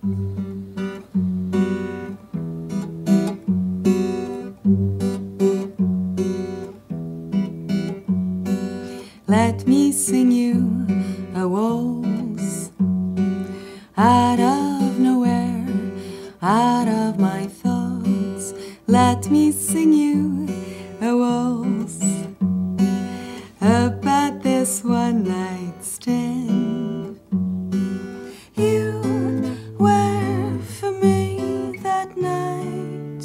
Let me sing you a waltz out of nowhere, out of my thoughts. Let me sing you a waltz about this one night stand. You were for me that night.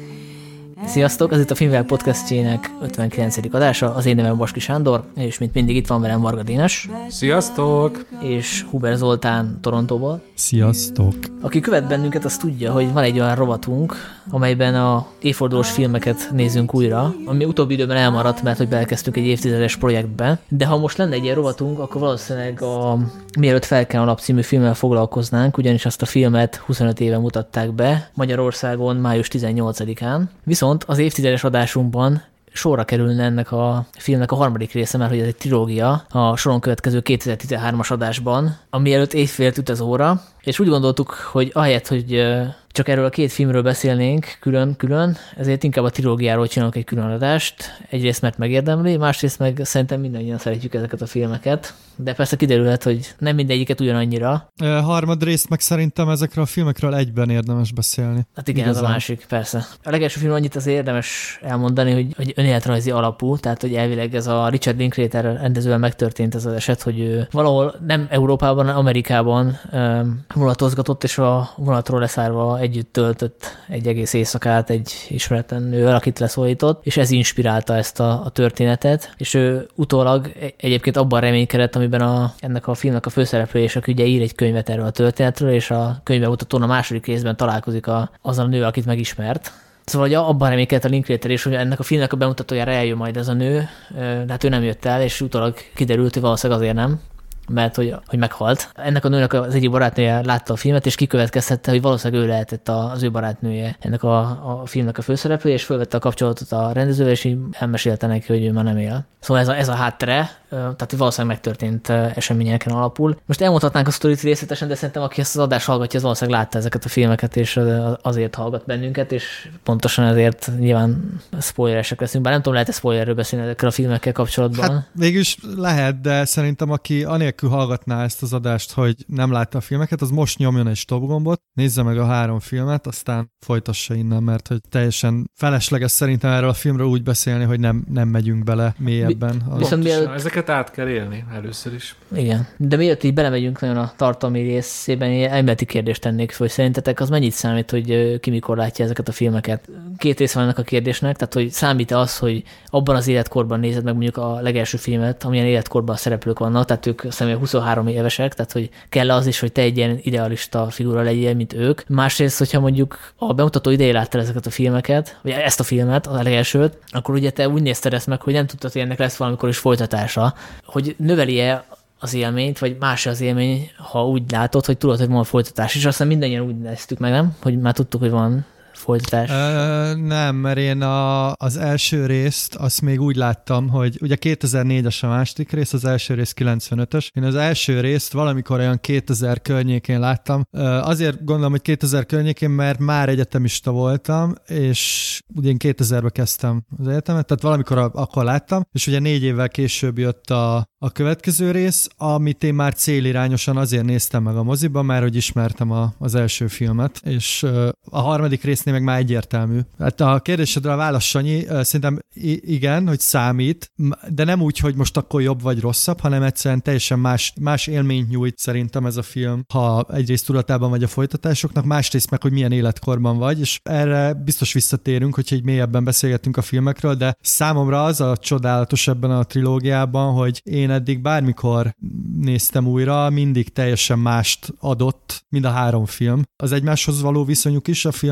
Sziasztok! Ez itt a Filmvilág podcastjének 59. adása. Az én nevem Baski Sándor, és mint mindig itt van velem Varga Dénes. Sziasztok! És Huber Zoltán Torontóból. Sziasztok! Aki követ bennünket, az tudja, hogy van egy olyan rovatunk, amelyben a évfordulós filmeket nézünk újra, ami utóbbi időben elmaradt, mert hogy belekezdtünk egy évtizedes projektbe. De ha most lenne egy ilyen rovatunk, akkor valószínűleg a Mielőtt felkel a nap című filmmel foglalkoznánk, ugyanis azt a filmet 25 éve mutatták be Magyarországon május 18-án. Viszont az évtizedes adásunkban sorra kerülne ennek a filmnek a harmadik része, mert hogy ez egy trilógia a soron következő 2013-as adásban, ami előtt éjfélt üt az óra, és úgy gondoltuk, hogy ahelyett, hogy csak erről a két filmről beszélnénk külön-külön, ezért inkább a trilógiáról csinálunk egy külön adást. Egyrészt mert megérdemli, másrészt meg szerintem mindannyian szeretjük ezeket a filmeket, de persze kiderülhet, hogy nem mindegyiket ugyanannyira. Harmadrészt meg szerintem ezekről a filmekről egyben érdemes beszélni. Hát igen, igazán. Ez a másik, persze. A legelső film annyit azért érdemes elmondani, hogy önéletrajzi alapú, tehát hogy elvileg ez a Richard Linklater rendezővel megtörtént ez az eset, hogy ő valahol nem Európában, hanem Amerikában vonatozgatott, és a vonatról leszállva együtt töltött egy egész éjszakát egy ismeretlen nővel, akit leszólított, és ez inspirálta ezt a történetet, és ő utólag egyébként abban reménykedett, amiben ennek a filmnek a főszereplője, és aki ugye ír egy könyvet erről a történetről, és a könyvbemutatón a második részben találkozik azzal a nő, akit megismert. Szóval hogy abban reménykedett a Linklater is, hogy ennek a filmnek a bemutatójára eljön majd ez a nő, de hát ő nem jött el, és utólag kiderült, hogy valószínűleg azért nem, mert hogy meghalt. Ennek a nőnek az egyik barátnője látta a filmet, és kikövetkeztette, hogy valószínűleg ő lehetett az ő barátnője ennek a filmnek a főszereplője, és fölvette a kapcsolatot a rendezővel, és így elmesélte neki, hogy ő már nem él. Szóval ez a háttere, tehát hogy valószínűleg megtörtént eseményeken alapul. Most elmondhatnánk a sztorit részletesen, de szerintem aki ezt az adást hallgatja, az valószínűleg látta ezeket a filmeket, és azért hallgat bennünket, és pontosan ezért nyilván spoileresek leszünk. Bár nem tudom, lehet-e spoilerről beszélni ezekkel a filmekkel kapcsolatban? Hát végülis lehet, de szerintem aki anélkül hallgatná ezt az adást, hogy nem látta a filmeket, az most nyomjon egy stop gombot, nézze meg a 3 filmet, aztán folytassa innen, mert hogy teljesen felesleges szerintem erről a filmről úgy beszélni, hogy nem megyünk bele mélyebben. Ezeket át kell élni először is. Igen, de mielőtt így belemegyünk nagyon a tartalmi részében, én elméleti kérdést tennék föl, hogy szerintetek az mennyit számít, hogy ki mikor látja ezeket a filmeket? 2 rész van ennek a kérdésnek, tehát hogy számít-e az, hogy abban az életkorban nézed meg mondjuk a legelső filmet, amilyen életkorban a szereplők vannak, tehát ők személy 23 évesek, tehát hogy kell az is, hogy te egy ilyen idealista figura legyél, mint ők. Másrészt, hogyha mondjuk a bemutató idején láttál ezeket a filmeket, vagy ezt a filmet, a legelsőt, akkor ugye te úgy nézted ezt meg, hogy nem tudtad, hogy ennek lesz valamikor is folytatása, hogy növeli-e az élményt, vagy más az élmény, ha úgy látod, hogy tudod, hogy van folytatás, és aztán mindannyian úgy néztük meg, nem? Hogy már tudtuk, hogy van folytatás. Nem, mert én az első részt azt még úgy láttam, hogy ugye 2004-es a második rész, az első rész 95-ös. Én az első részt valamikor olyan 2000 környékén láttam. Azért gondolom, hogy 2000 környékén, mert már egyetemista voltam, és ugye én 2000-ben kezdtem az egyetemet, tehát valamikor akkor láttam, és ugye 4 évvel később jött a következő rész, amit én már célirányosan azért néztem meg a moziban, mert hogy ismertem az első filmet, és a harmadik résznél meg már egyértelmű. Hát a kérdésedre a válasz, Sanyi, szerintem igen, hogy számít, de nem úgy, hogy most akkor jobb vagy rosszabb, hanem egyszerűen teljesen más élményt nyújt szerintem ez a film, ha egyrészt tudatában vagy a folytatásoknak, másrészt meg, hogy milyen életkorban vagy, és erre biztos visszatérünk, hogyha így mélyebben beszélgetünk a filmekről, de számomra az a csodálatos ebben a trilógiában, hogy én eddig bármikor néztem újra, mindig teljesen mást adott, mind a 3 film. Az egymáshoz való viszonyuk is a filmeknek,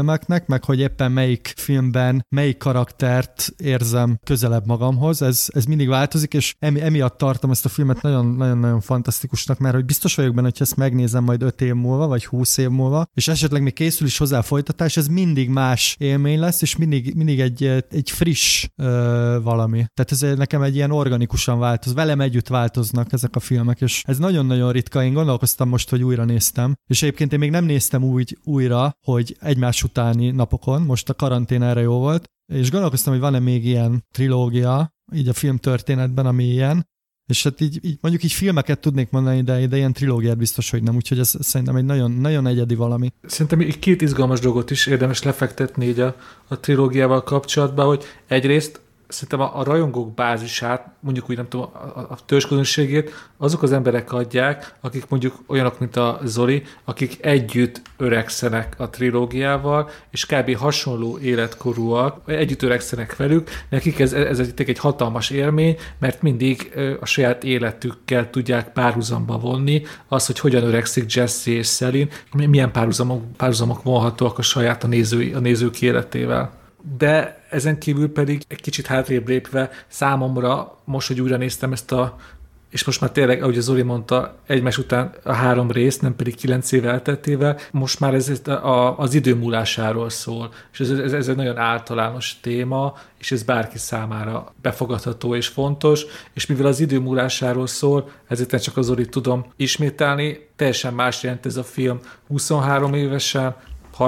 filmeknek, meg hogy éppen melyik filmben melyik karaktert érzem közelebb magamhoz. Ez mindig változik, és emiatt tartom ezt a filmet nagyon-nagyon fantasztikusnak, mert hogy biztos vagyok benne, hogy ezt megnézem majd 5 év múlva, vagy 20 év múlva, és esetleg még készül is hozzá a folytatás, ez mindig más élmény lesz, és mindig egy friss valami. Tehát ez nekem egy ilyen organikusan változ, velem együtt változnak ezek a filmek, és ez nagyon-nagyon ritka. Én gondolkoztam most, hogy újra néztem, és egyébként én még nem néztem úgy újra, hogy egymás utáni napokon, most a karantén erre jó volt, és gondolkoztam, hogy van-e még ilyen trilógia, így a filmtörténetben, ami ilyen, és hát így mondjuk így filmeket tudnék mondani, de ilyen trilógiát biztos, hogy nem, úgyhogy ez szerintem egy nagyon, nagyon egyedi valami. Szerintem így 2 izgalmas dolgot is érdemes lefektetni így a trilógiával kapcsolatban, hogy egyrészt szerintem a rajongók bázisát, mondjuk úgy nem tudom, a törzsközönségét azok az emberek adják, akik mondjuk olyanok, mint a Zoli, akik együtt öregszenek a trilógiával, és kb. Hasonló életkorúak, együtt öregszenek velük, nekik ez egy hatalmas élmény, mert mindig a saját életükkel tudják párhuzamba vonni az, hogy hogyan öregszik Jesse és Celine, milyen párhuzamok vonhatóak a saját a nézők életével. De ezen kívül pedig egy kicsit hátrébb lépve számomra, most, hogy újra néztem és most már tényleg, ahogy a Zoli mondta, egymás után a 3 rész, nem pedig 9 év elteltével, most már ez az idő múlásáról szól. És ez egy nagyon általános téma, és ez bárki számára befogadható és fontos, és mivel az idő múlásáról szól, ezért nem csak a Zolit tudom ismételni, teljesen más jelent ez a film 23 évesen,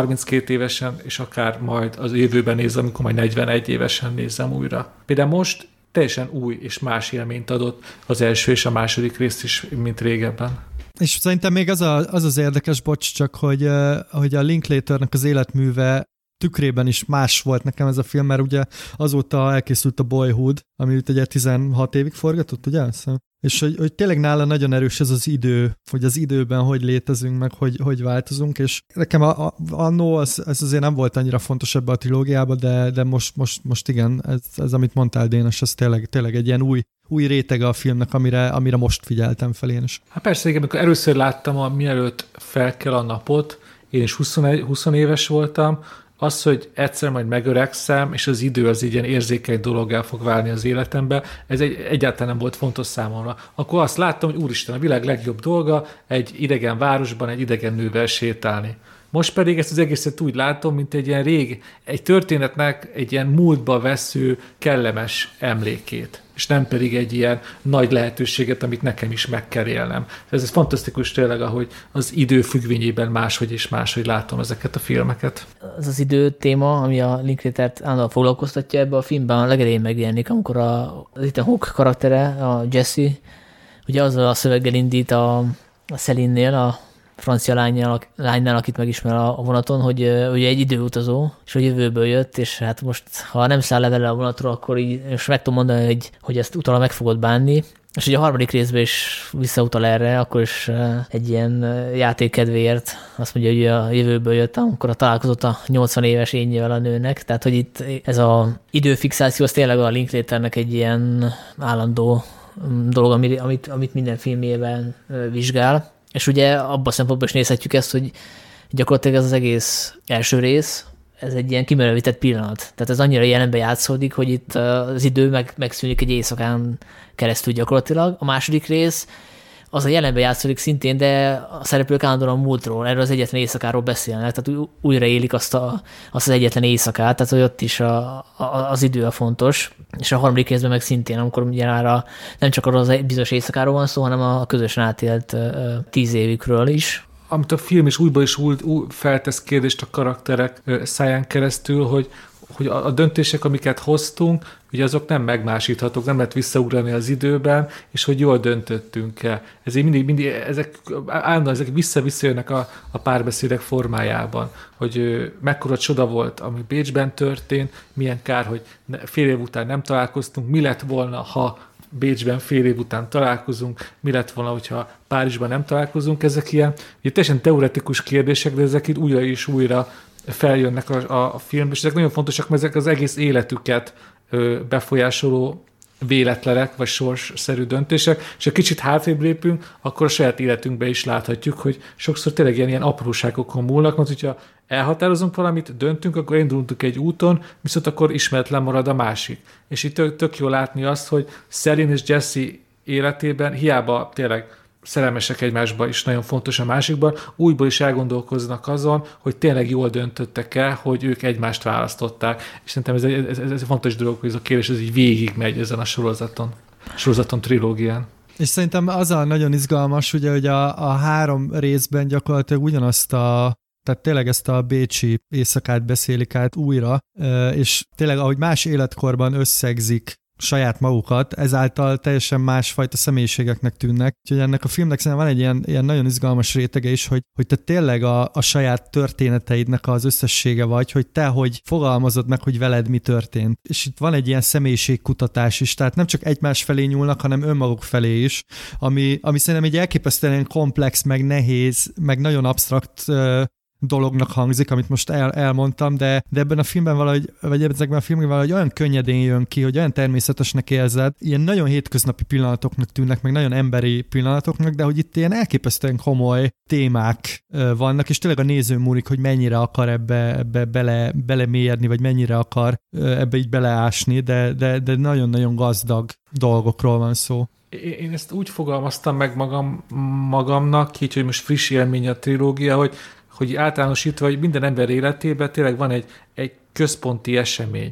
32 évesen, és akár majd az jövőben nézem, amikor majd 41 évesen nézem újra. Például most teljesen új és más élményt adott az első és a második rész is, mint régebben. És szerintem még az érdekes, bocs, csak hogy a Linklaternek az életműve tükrében is más volt nekem ez a film, mert ugye azóta elkészült a Boyhood, ami ugye 16 évig forgatott, ugye? És hogy tényleg nála nagyon erős ez az idő, hogy az időben hogy létezünk, meg hogy változunk, és nekem annó ez azért nem volt annyira fontos ebbe a trilógiába, de most igen, ez amit mondtál, Dénes, ez tényleg egy ilyen új rétege a filmnek, amire most figyeltem fel én is. Hát persze, igen, amikor először láttam, mielőtt fel kell a napot, én is 20 éves voltam, az, hogy egyszer majd megöregszem, és az idő az így ilyen érzékeny dologgá fog válni az életembe, ez egyáltalán nem volt fontos számomra. Akkor azt láttam, hogy úristen, a világ legjobb dolga egy idegen városban egy idegen nővel sétálni. Most pedig ezt az egészet úgy látom, mint egy történetnek egy ilyen múltba vesző, kellemes emlékét, és nem pedig egy ilyen nagy lehetőséget, amit nekem is meg kell élnem. Ez fantasztikus tényleg, ahogy az idő függvényében máshogy látom ezeket a filmeket. Az idő téma, ami a Linklatert állandóan foglalkoztatja, ebben a filmben a legelején megjelenik, amikor az Ethan Hawke karaktere, a Jesse, ugye azzal a szöveggel indít a Celine-nél, a francia lánynál, akit megismer a vonaton, hogy ugye egy időutazó, és a jövőből jött, és hát most, ha nem száll le vele a vonatról, akkor így most meg tudom mondani, hogy ezt utána meg fogod bánni. És ugye a harmadik részben is visszautal erre, akkor is egy ilyen játék kedvéért azt mondja, hogy a jövőből jött, amikor találkozott a 80 éves énnyével a nőnek. Tehát, hogy itt ez az időfixáció, az tényleg a Linklaternek egy ilyen állandó dolog, amit minden filmjében vizsgál. És ugye abban a szempontból is nézhetjük ezt, hogy gyakorlatilag ez az egész első rész, ez egy ilyen kimerevített pillanat. Tehát ez annyira jelenben játszódik, hogy itt az idő megszűnik egy éjszakán keresztül gyakorlatilag. A második rész az a jelenben játszódik szintén, de a szereplők állandóan a múltról, erről az egyetlen éjszakáról beszélnek, tehát újraélik azt az egyetlen éjszakát, tehát hogy ott is az idő a fontos. És a harmadik részben meg szintén, amikor ugye nem csak arról az bizonyos éjszakáról van szó, hanem a közösen átélt 10 évükről is. Amit a film is újból is úgy feltesz kérdést a karakterek száján keresztül, hogy a döntések, amiket hoztunk, ugye azok nem megmásíthatók, nem lehet visszaugrani az időben, és hogy jól döntöttünk-e. Ezért mindig ezek visszajönnek a párbeszédek formájában, hogy mekkora csoda volt, ami Bécsben történt, milyen kár, hogy fél év után nem találkoztunk, mi lett volna, ha Bécsben fél év után találkozunk, mi lett volna, hogyha Párizsban nem találkozunk, ezek ilyen teljesen teoretikus kérdések, de ezek itt újra és újra feljönnek a filmben, és ezek nagyon fontosak, mert ezek az egész életüket befolyásoló véletlenek, vagy sorsszerű döntések, és ha kicsit hátrébb lépünk, akkor a saját életünkben is láthatjuk, hogy sokszor tényleg ilyen apróságokon múlnak, mert hogyha elhatározunk valamit, döntünk, akkor indulunk egy úton, viszont akkor ismeretlen marad a másik. És itt tök jó látni azt, hogy Celine és Jesse életében hiába tényleg szerelmesek egymásba is nagyon fontos a másikban, újból is elgondolkoznak azon, hogy tényleg jól döntöttek el, hogy ők egymást választották. És szerintem ez fontos dolog, hogy ez a kérdés ez így végigmegy ezen a sorozaton trilógián. És szerintem az a nagyon izgalmas, ugye, hogy a 3 részben gyakorlatilag ugyanazt tehát tényleg ezt a bécsi éjszakát beszélik át újra, és tényleg ahogy más életkorban összegzik saját magukat, ezáltal teljesen másfajta személyiségeknek tűnnek. Úgyhogy ennek a filmnek szerintem van egy ilyen nagyon izgalmas rétege is, hogy te tényleg a saját történeteidnek az összessége vagy, hogy te hogy fogalmazod meg, hogy veled mi történt. És itt van egy ilyen személyiségkutatás is, tehát nem csak egymás felé nyúlnak, hanem önmaguk felé is, ami szerintem egy elképesztően komplex, meg nehéz, meg nagyon absztrakt dolognak hangzik, amit most elmondtam, de ebben a filmben valahogy, vagy ezekben a filmben valahogy olyan könnyedén jön ki, hogy olyan természetesnek érzed, ilyen nagyon hétköznapi pillanatoknak tűnnek, meg nagyon emberi pillanatoknak, de hogy itt ilyen elképesztően komoly témák vannak, és tényleg a néző múlik, hogy mennyire akar ebbe belemélyedni, vagy mennyire akar ebbe így beleásni, de nagyon-nagyon gazdag dolgokról van szó. Én ezt úgy fogalmaztam meg magamnak, így, hogy most friss élmény a trilógia, hogy általánosítva, hogy minden ember életében tényleg van egy központi esemény,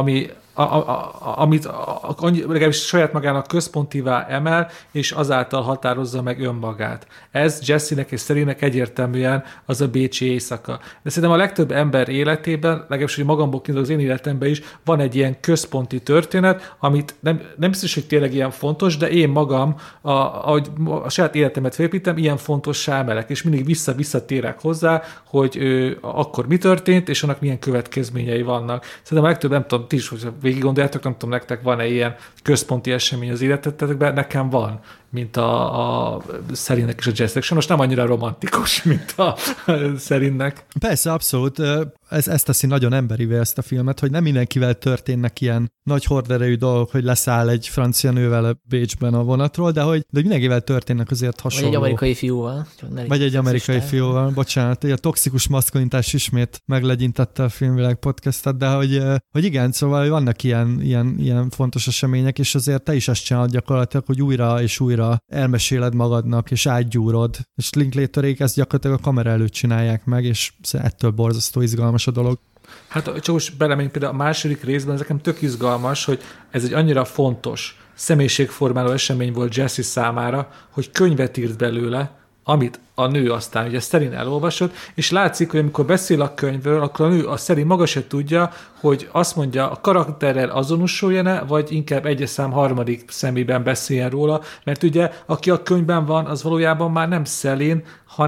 amit legalábbis saját magának központivá emel, és azáltal határozza meg önmagát. Ez Jesse-nek és Celine-nek egyértelműen az a bécsi éjszaka. De szerintem a legtöbb ember életében, legalábbis, hogy magamból kiindul az én életemben is, van egy ilyen központi történet, amit nem biztos, hogy tényleg ilyen fontos, de én magam, ahogy a saját életemet felépítem, ilyen fontossá emelek, és mindig visszatérek hozzá, hogy akkor mi történt, és annak milyen következményei vannak. Szerintem a legtöbb, nem tudom, ti is, hogy végig gondoljátok, nem tudom, nektek van-e ilyen központi esemény az életetekben, nekem van, mint a Celine-nek és a Jesse-nek. Sajnos nem annyira romantikus, mint a Celine-nek. Persze, abszolút. Ez teszi nagyon emberivé ezt a filmet, hogy nem mindenkivel történnek ilyen nagy horderejű dolgok, hogy leszáll egy francia nővel Bécsben a vonatról, de hogy mindenkivel történnek azért hasonló. Vagy egy amerikai fiúval. Vagy egy amerikai fiúval, bocsánat. A toxikus maszkulinitás ismét meglegyintette a Filmvilág podcastet, de hogy igen, szóval vannak ilyen fontos események, és azért te is ezt csinálod gyakorlatilag, hogy újra és újra elmeséled magadnak, és átgyúrod. És Linklaterék ezt gyakorlatilag a kamera előtt csinálják meg, és ettől borzasztó izgalmas a dolog. Hát csak most belemenjünk például a második részben, ez nekem tök izgalmas, hogy ez egy annyira fontos személyiségformáló esemény volt Jesse számára, hogy könyvet írt belőle, amit a nő aztán ugye Celine elolvasott, és látszik, hogy amikor beszél a könyvről, akkor a nő, a Celine maga se tudja, hogy azt mondja, a karakterrel azonosuljon-e, vagy inkább egyes szám harmadik szemében beszéljen róla, mert ugye, aki a könyvben van, az valójában már nem Celine,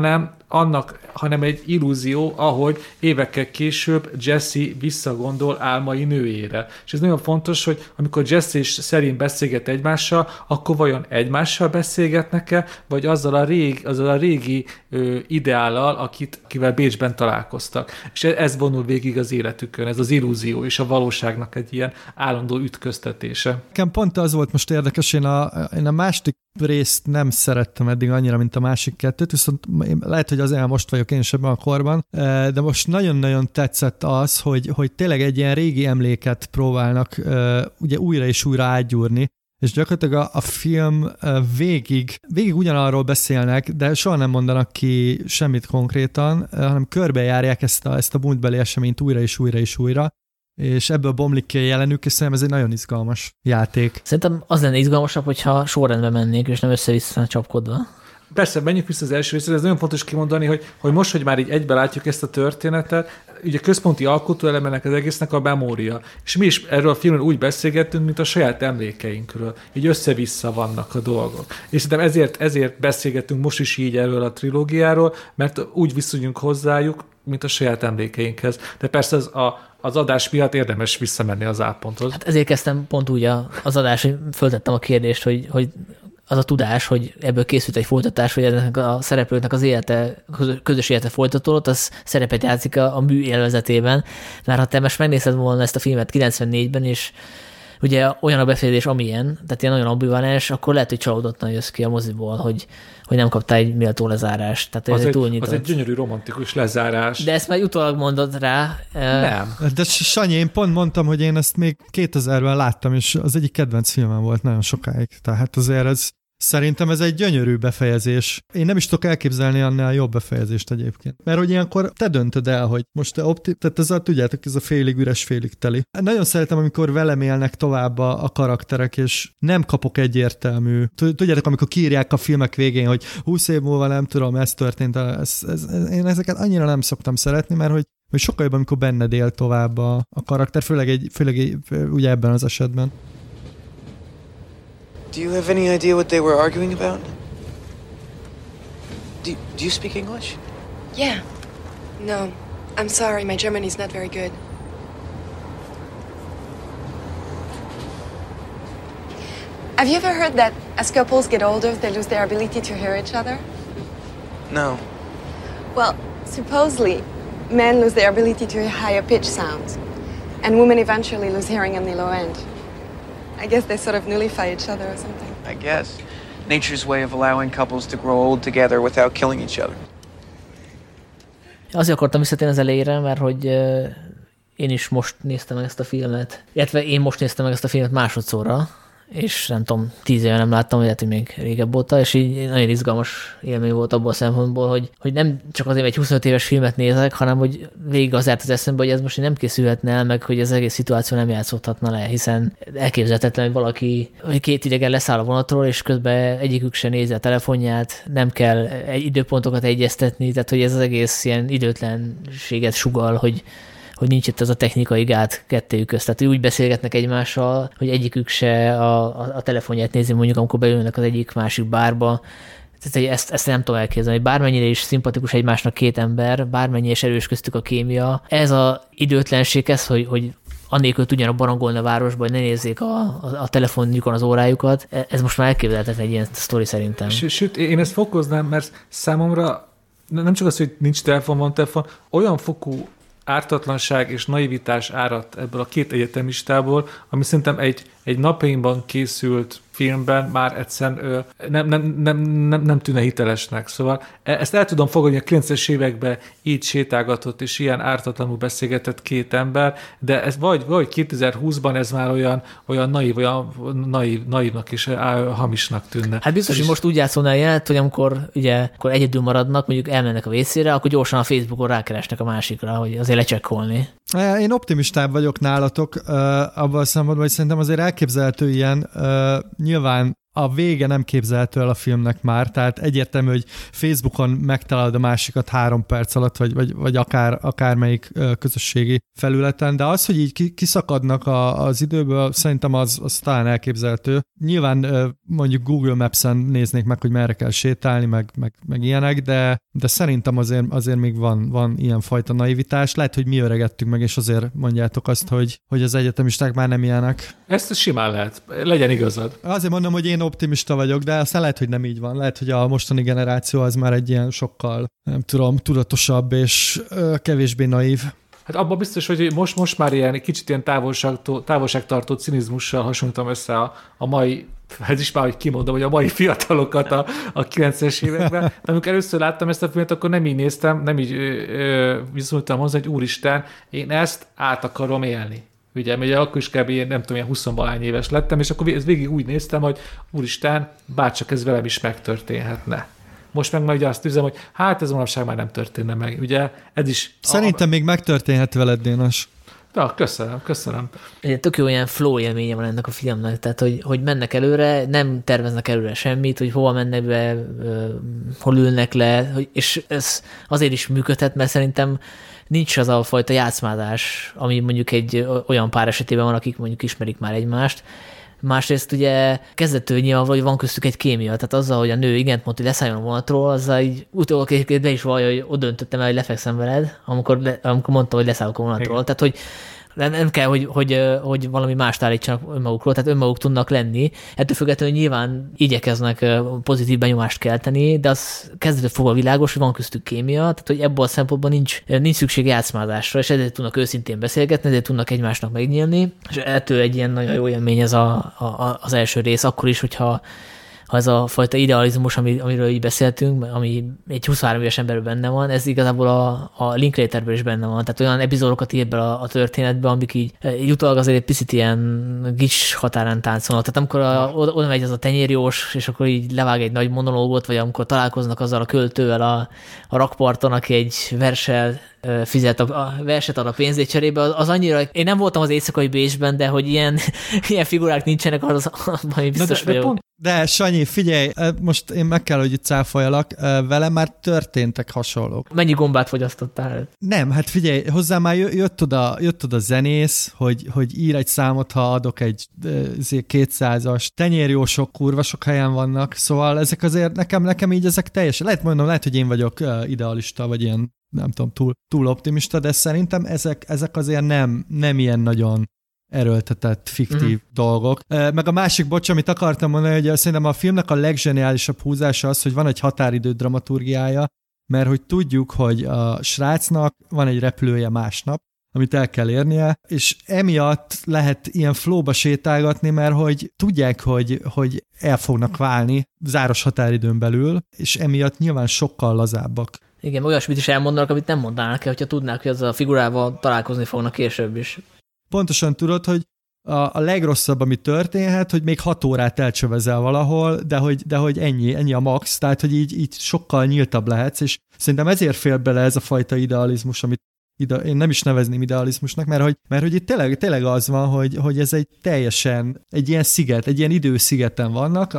hanem egy illúzió, ahogy évekkel később Jesse visszagondol álmai nőjére. És ez nagyon fontos, hogy amikor Jesse és Celine beszélget egymással, akkor vajon egymással beszélgetnek-e, vagy azzal a régi ideállal, akivel Bécsben találkoztak. És ez vonul végig az életükön, ez az illúzió és a valóságnak egy ilyen állandó ütköztetése. Nekem pont az volt most érdekes, én a második részt nem szerettem eddig annyira, mint a másik kettőt, viszont lehet, hogy azért most vagyok én is ebben a korban, de most nagyon-nagyon tetszett az, hogy tényleg egy ilyen régi emléket próbálnak ugye újra és újra átgyúrni, és gyakorlatilag a film végig ugyanarról beszélnek, de soha nem mondanak ki semmit konkrétan, hanem körbejárják ezt a múltbeli eseményt újra és újra és újra, és ebből bomlik ki a jelenük, és szerintem ez egy nagyon izgalmas játék. Szerintem az lenne izgalmasabb, hogyha sorrendben mennék, és nem össze-vissza csapkodva. Persze, menjünk vissza az első részre, ez nagyon fontos kimondani, hogy most, hogy már így egybe látjuk ezt a történetet, ugye központi alkotóelemének az egésznek a memória. És mi is erről a filmről úgy beszélgettünk, mint a saját emlékeinkről. Így össze-vissza vannak a dolgok. És szerintem ezért beszélgetünk most is így erről a trilógiáról, mert úgy viszonyunk hozzájuk, mint a saját emlékeinkhez. De persze az adás miatt érdemes visszamenni az A-ponthoz. Hát ezért kezdtem pont úgy az adás, hogy föltettem a kérdést, hogy az a tudás, hogy ebből készült egy folytatás, hogy ennek a szereplőknek az élete, közös élete folytatódott, az szerepet játszik a mű élvezetében. Mert ha te most megnézted volna ezt a filmet 94-ben, és ugye olyan a befejezés, amilyen, tehát ilyen nagyon ambivalens, akkor lehet, hogy csalódottan jössz ki a moziból, hogy nem kaptál egy méltó lezárást. Tehát az egy gyönyörű romantikus lezárás. De ezt már utólag mondod rá. Nem. De Sanyi, én pont mondtam, hogy én ezt még 2000-ben láttam, és az egyik kedvenc filmem volt nagyon sokáig. Tehát azért szerintem ez egy gyönyörű befejezés. Én nem is tudok elképzelni annál jobb befejezést egyébként. Mert hogy ilyenkor te döntöd el, hogy most tehát tudjátok, ez a félig üres, félig teli. Nagyon szeretem, amikor velem élnek tovább a karakterek, és nem kapok egyértelmű. Tudjátok, amikor kiírják a filmek végén, hogy 20 év múlva nem tudom, ez történt. Én ezeket annyira nem szoktam szeretni, mert hogy sokkal jobb, amikor benned él tovább a karakter, főleg ugye ebben az esetben. Do you have any idea what they were arguing about? Do you speak English? Yeah. No, I'm sorry, my German is not very good. Have you ever heard that as couples get older, they lose their ability to hear each other? No. Well, supposedly, men lose their ability to hear higher pitch sounds, and women eventually lose hearing on the low end. I guess they sort of nullify each other or something. I guess. Nature's way of allowing couples to grow old together without killing each other. Azért akartam visszatérni az elejére, mert hogy én is most néztem meg ezt a filmet, illetve én most néztem meg ezt a filmet másodszorra, és nem tudom, 10 éve nem láttam, vagy lehet, hogy még régebb óta, és így nagyon izgalmas élmény volt abból a szempontból, hogy nem csak azért egy 25 éves filmet nézek, hanem hogy végig az járt az eszembe, hogy ez most nem készülhetne el, meg hogy az egész szituáció nem játszódhatna le, hiszen elképzelhetetlen, hogy valaki, hogy két idegen leszáll a vonatról, és közben egyikük se nézi a telefonját, nem kell időpontokat egyeztetni, tehát hogy ez az egész ilyen időtlenséget sugall, hogy nincs itt az a technikai gát kettőjük közt. Tehát úgy beszélgetnek egymással, hogy egyikük se a telefonját nézi, mondjuk amikor beülnek az egyik másik bárba. Tehát ezt nem tudom elképzelni, hogy bármennyire is szimpatikus egymásnak két ember, bármennyire is erős köztük a kémia. Ez az időtlenség, ez, hogy annélkül tudjanak barangolni a városba, hogy ne nézzék a telefonjukon az órájukat. Ez most már elképzelhetetlen egy ilyen sztori szerintem. Sőt, én ezt fokoznám, mert számomra nem csak az, hogy nincs telefon, van telefon, olyan fokú ártatlanság és naivitás árad ebből a két egyetemistából, ami szerintem egy napjainkban készült filmben már egyszerűen nem tűnne hitelesnek. Szóval ezt el tudom fogadni, a 90-es években így sétálgatott és ilyen ártatlanul beszélgetett két ember, de ez vagy 2020-ban ez már olyan naívnak és hamisnak tűnne. Hát biztos, hogy most úgy játszónál jelet, hogy amikor egyedül maradnak, mondjuk elmennek a vécére, akkor gyorsan a Facebookon rákeresnek a másikra, hogy azért lecsekkolni. Én optimistább vagyok nálatok abban a szempontból, hogy szerintem azért elképzelhető ilyen, nyilván a vége nem képzelhető el a filmnek már, tehát egyértelmű, hogy Facebookon megtalálod a másikat 3 perc alatt, vagy akármelyik közösségi felületen, de az, hogy így kiszakadnak az időből, szerintem az talán elképzelhető. Nyilván mondjuk Google Maps-en néznék meg, hogy merre kell sétálni, meg ilyenek, de szerintem azért még van ilyenfajta naivitás. Lehet, hogy mi öregettünk meg, és azért mondjátok azt, hogy az egyetemisták már nem ilyenek. Ezt simán lehet. Legyen igazad. Azért mondom, hogy én optimista vagyok, de aztán lehet, hogy nem így van. Lehet, hogy a mostani generáció az már egy ilyen sokkal, nem tudom, tudatosabb és kevésbé naív. Hát abban biztos, hogy most már ilyen kicsit ilyen távolságtartó cinizmussal hasonlítom össze a mai, ez is már, hogy kimondom, hogy a mai fiatalokat a 90-es években. De amikor először láttam ezt a filmet, akkor nem így néztem, nem így viszonyultam hozzá, hogy úristen, én ezt át akarom élni. Ugye akkor is kb. Nem tudom, ilyen 20-valány éves lettem, és akkor ez végig úgy néztem, hogy úristen, bárcsak ez velem is megtörténhetne. Most meg ugye azt üzem, hogy hát ez manapság már nem történne meg. Ugye ez is... Szerintem még megtörténhet veled, Dénes. Ja, köszönöm. Tök jó ilyen flow élménye van ennek a filmnek, tehát hogy mennek előre, nem terveznek előre semmit, hogy hova mennek be, hol ülnek le, és ez azért is működhet, mert szerintem nincs az a fajta játszmádás, ami mondjuk egy olyan pár esetében van, akik mondjuk ismerik már egymást. Másrészt ugye kezdettől nyilván, hogy van köztük egy kémia, tehát azzal, hogy a nő igent mondta, hogy leszálljon a vonatról, azzal így utólag be is vallja, hogy ott döntöttem el, hogy lefekszem veled, amikor mondta, hogy leszállok a vonatról. Igen. Tehát, Nem kell, hogy valami mást állítsanak önmagukról, tehát önmaguk tudnak lenni. Ettől függetlenül nyilván igyekeznek pozitív benyomást kelteni, de az kezdetől fogva világos, hogy van köztük kémia, tehát hogy ebből a szempontból nincs szükség játszmázásra, és ezért tudnak őszintén beszélgetni, ezért tudnak egymásnak megnyílni, és ettől egy ilyen nagyon jó élmény ez az első rész, akkor is, hogyha ez a fajta idealizmus, amiről így beszéltünk, ami egy 23 éves emberben benne van, ez igazából a Linklaterben is benne van. Tehát olyan epizódokat ír be a történetbe, amik így utólag azért egy picit ilyen gics határán táncolnak. Tehát amikor oda megy az a tenyérjós, és akkor így levág egy nagy monológot, vagy amikor találkoznak azzal a költővel a rakparton, aki egy verset ad a pénzét cserébe, az annyira, én nem voltam az éjszakai Bécsben, de hogy ilyen figurák nincsenek, az biztos vagyok. De Sanyi, figyelj, most én meg kell, hogy itt cáfoljalak, velem már történtek hasonlók. Mennyi gombát fogyasztottál? Nem, hát figyelj, hozzá már jött oda zenész, hogy ír egy számot, ha adok egy 200-as, tenyérjósok, kurva sok helyen vannak, szóval ezek azért nekem így ezek teljesen, lehet, hogy én vagyok idealista, vagy ilyen, nem tudom, túl optimista, de szerintem ezek azért nem ilyen nagyon erőltetett, fiktív dolgok. Meg a másik, amit akartam mondani, hogy szerintem a filmnek a legzseniálisabb húzása az, hogy van egy határidő dramaturgiája, mert hogy tudjuk, hogy a srácnak van egy repülője másnap, amit el kell érnie, és emiatt lehet ilyen flowba sétálgatni, mert hogy tudják, hogy el fognak válni záros határidőn belül, és emiatt nyilván sokkal lazábbak. Igen, olyasmit is elmondanak, amit nem mondanak el, hogyha tudnák, hogy az a figurával találkozni fognak később is. Pontosan tudod, hogy a legrosszabb, ami történhet, hogy még 6 órát elcsövezel valahol, de hogy ennyi a max, tehát hogy így sokkal nyíltabb lehetsz, és szerintem ezért fél bele ez a fajta idealizmus, amit én nem is nevezném idealizmusnak, mert hogy itt tényleg az van, hogy ez egy teljesen, egy ilyen sziget, egy ilyen időszigeten vannak,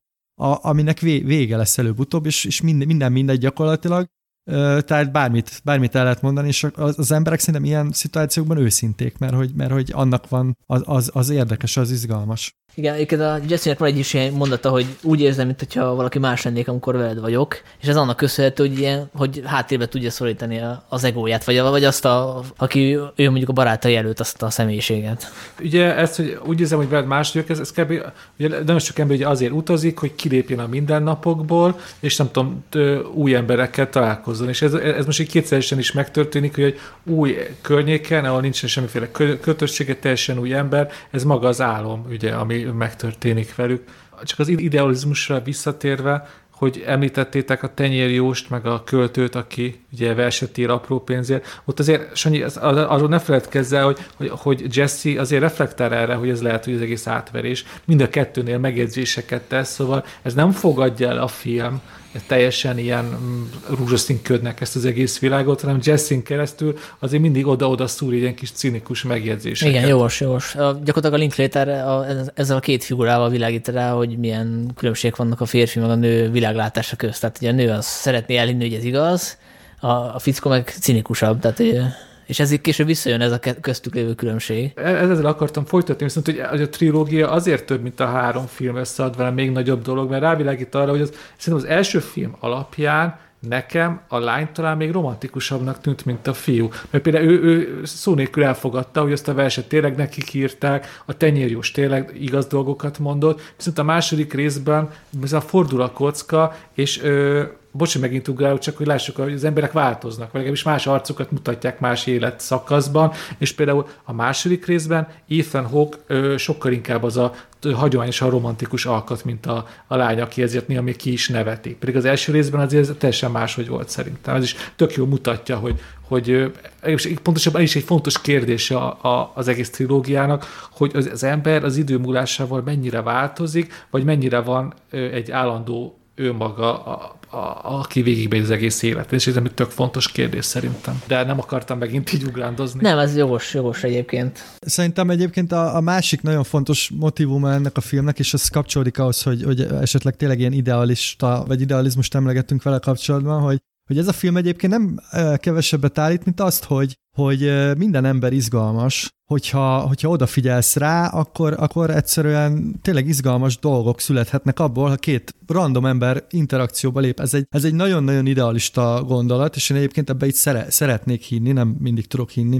aminek vége lesz előbb-utóbb, és minden mindegy gyakorlatilag, tehát bármit el lehet mondani, és az emberek szerintem ilyen szituációkban őszinték, mert hogy annak van az érdekes, az izgalmas. Igen, egyébként a Jesse-nek van egy is ilyen mondata, hogy úgy érzem, mintha valaki más lennék, amikor veled vagyok, és ez annak köszönhető, hogy háttérbe tudja szorítani az egóját, vagy azt, aki ő mondjuk a barátai előtt azt a személyiséget. Ugye ezt, hogy úgy érzem, hogy veled más vagyok, ez kb. Ugye nagyon sok ember ugye azért utazik, hogy kilépjen a mindennapokból, és nem tudom, új emberekkel találkozzon. És ez most így kétszeresen is megtörténik, hogy egy új környéken, ahol nincsen semmiféle kötössége, teljesen új ember, ez maga az álom, ugye, ami megtörténik velük. Csak az idealizmusra visszatérve, hogy említettétek a tenyérjóst, meg a költőt, aki ugye verset ír apró pénzért. Ott azért, Sanyi, arról ne feledkezz el, hogy Jesse azért reflektál erre, hogy ez lehet, hogy az egész átverés. Mind a kettőnél megjegyzéseket tesz, szóval ez nem fogadja el a film, teljesen ilyen rózsaszín ködnek ezt az egész világot, hanem Jesse-n keresztül azért mindig oda-oda szúr ilyen kis cinikus megjegyzéseket. Igen, jogos. Gyakorlatilag a Linklater ezzel a két figurával világít rá, hogy milyen különbségek vannak a férfi meg a nő világlátása közt. Tehát ugye a nő az szeretné elhinni, hogy ez igaz, a fickó meg cinikusabb, tehát és ezért később visszajön ez a köztük lévő különbség. Ezzel akartam folytatni, viszont hogy a trilógia azért több, mint a 3 film összead vele még nagyobb dolog, mert rávilágít arra, hogy szerintem az első film alapján nekem a lány talán még romantikusabbnak tűnt, mint a fiú. Mert például ő szó nélkül elfogadta, hogy azt a verset tényleg nekik írták, a tenyérjós tényleg igaz dolgokat mondott, viszont a második részben fordul a kocka, és bocsi, megint ugrálok, csak hogy lássuk, hogy az emberek változnak, vagy legalábbis más arcokat mutatják más életszakaszban, és például a második részben Ethan Hawke sokkal inkább az a hagyományosan romantikus alkat, mint a lány, aki ezért néha még ki is neveti. Pedig az első részben azért teljesen máshogy volt szerintem. Ez is tök jól mutatja, hogy pontosabban is egy fontos kérdése az egész trilógiának, hogy az ember az idő múlásával mennyire változik, vagy mennyire van egy állandó ő maga, aki végigmegy az egész életet. És ez egy tök fontos kérdés szerintem. De nem akartam megint így ugrándozni. Nem, ez jogos egyébként. Szerintem egyébként a másik nagyon fontos motívuma ennek a filmnek, és ez kapcsolódik ahhoz, hogy esetleg tényleg ilyen idealista, vagy idealizmust emlegettünk vele kapcsolatban, hogy ez a film egyébként nem kevesebbet állít, mint azt, hogy minden ember izgalmas, hogyha odafigyelsz rá, akkor egyszerűen tényleg izgalmas dolgok születhetnek abból, ha két random ember interakcióba lép. Ez egy nagyon-nagyon idealista gondolat, és én egyébként ebbe itt szeretnék hinni, nem mindig tudok hinni, mert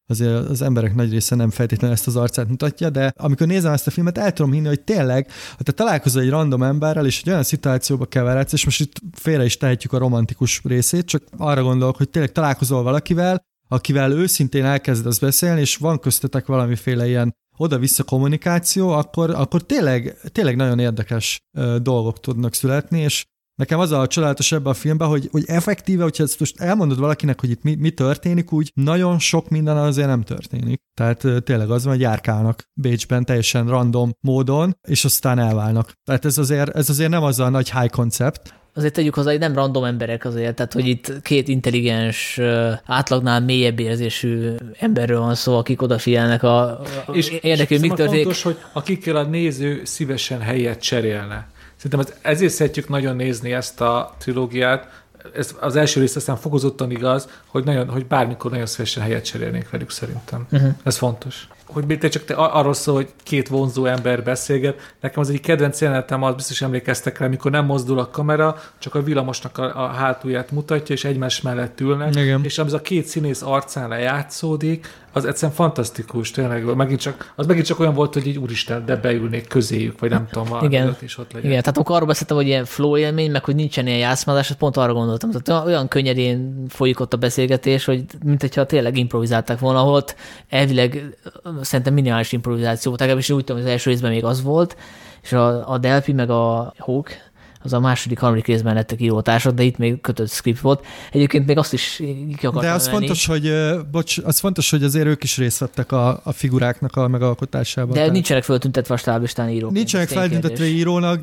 azért az emberek nagy része nem feltétlenül ezt az arcát mutatja, de amikor nézem ezt a filmet, el tudom hinni, hogy tényleg, ha te találkozol egy random emberrel, és egy olyan szituációba keveredsz, és most itt félre is tehetjük a romantikus részét, csak arra gondolok, hogy tényleg találkozol valakivel, akivel őszintén elkezdesz beszélni, és van köztetek valamiféle ilyen oda-vissza kommunikáció, akkor tényleg nagyon érdekes dolgok tudnak születni, és nekem az a csodálatos ebben a filmben, hogy effektíve, hogyha ezt most elmondod valakinek, hogy itt mi történik, úgy nagyon sok minden azért nem történik. Tehát tényleg az van, hogy járkálnak Bécsben teljesen random módon, és aztán elválnak. Tehát ez azért nem az a nagy high concept. Azért tegyük hozzá, hogy nem random emberek azért, tehát hogy itt két intelligens, átlagnál mélyebb érzésű emberről van szó, akik odafigyelnek és érdekül, mik történik. Fontos, hogy akikkel a néző szívesen helyet cserélne. Szerintem ezért szeretjük nagyon nézni ezt a trilógiát. Ez az első rész aztán fokozottan igaz, hogy bármikor nagyon szívesen helyet cserélnék velük szerintem. Ez fontos. Hogy csak arról szól, hogy két vonzó ember beszélget. Nekem az egyik kedvenc jelenetem, az biztos emlékeztek rá, amikor nem mozdul a kamera, csak a villamosnak a hátulját mutatja, és egymás mellett ülnek. Igen. És az a két színész arcán lejátszódik, az egyszerűen fantasztikus, tényleg. Megint csak olyan volt, hogy így úristen, de beülnék közéjük, vagy nem tudom, igen. És ott legyen. Igen, tehát amikor arról beszéltem, hogy ilyen flow élmény, meg hogy nincsen ilyen játszmázás, pont arra gondoltam. Tehát olyan könnyedén folyik ott a beszélgetés, hogy mint hogyha tényleg improvizálták volna, ahol ott elvileg szerintem minimális improvizáció volt, legalábbis úgy tudom, hogy az első részben még az volt, és a Delphi meg a Hawk, az a második, harmadik részben lettek írótársak, de itt még kötött script volt. Egyébként még azt is ki akartam de az fontos, hogy azért ők is részt vettek a figuráknak a megalkotásában. De nincsenek föltüntetve a stáblistán írók. Nincsenek feltüntetve írónak,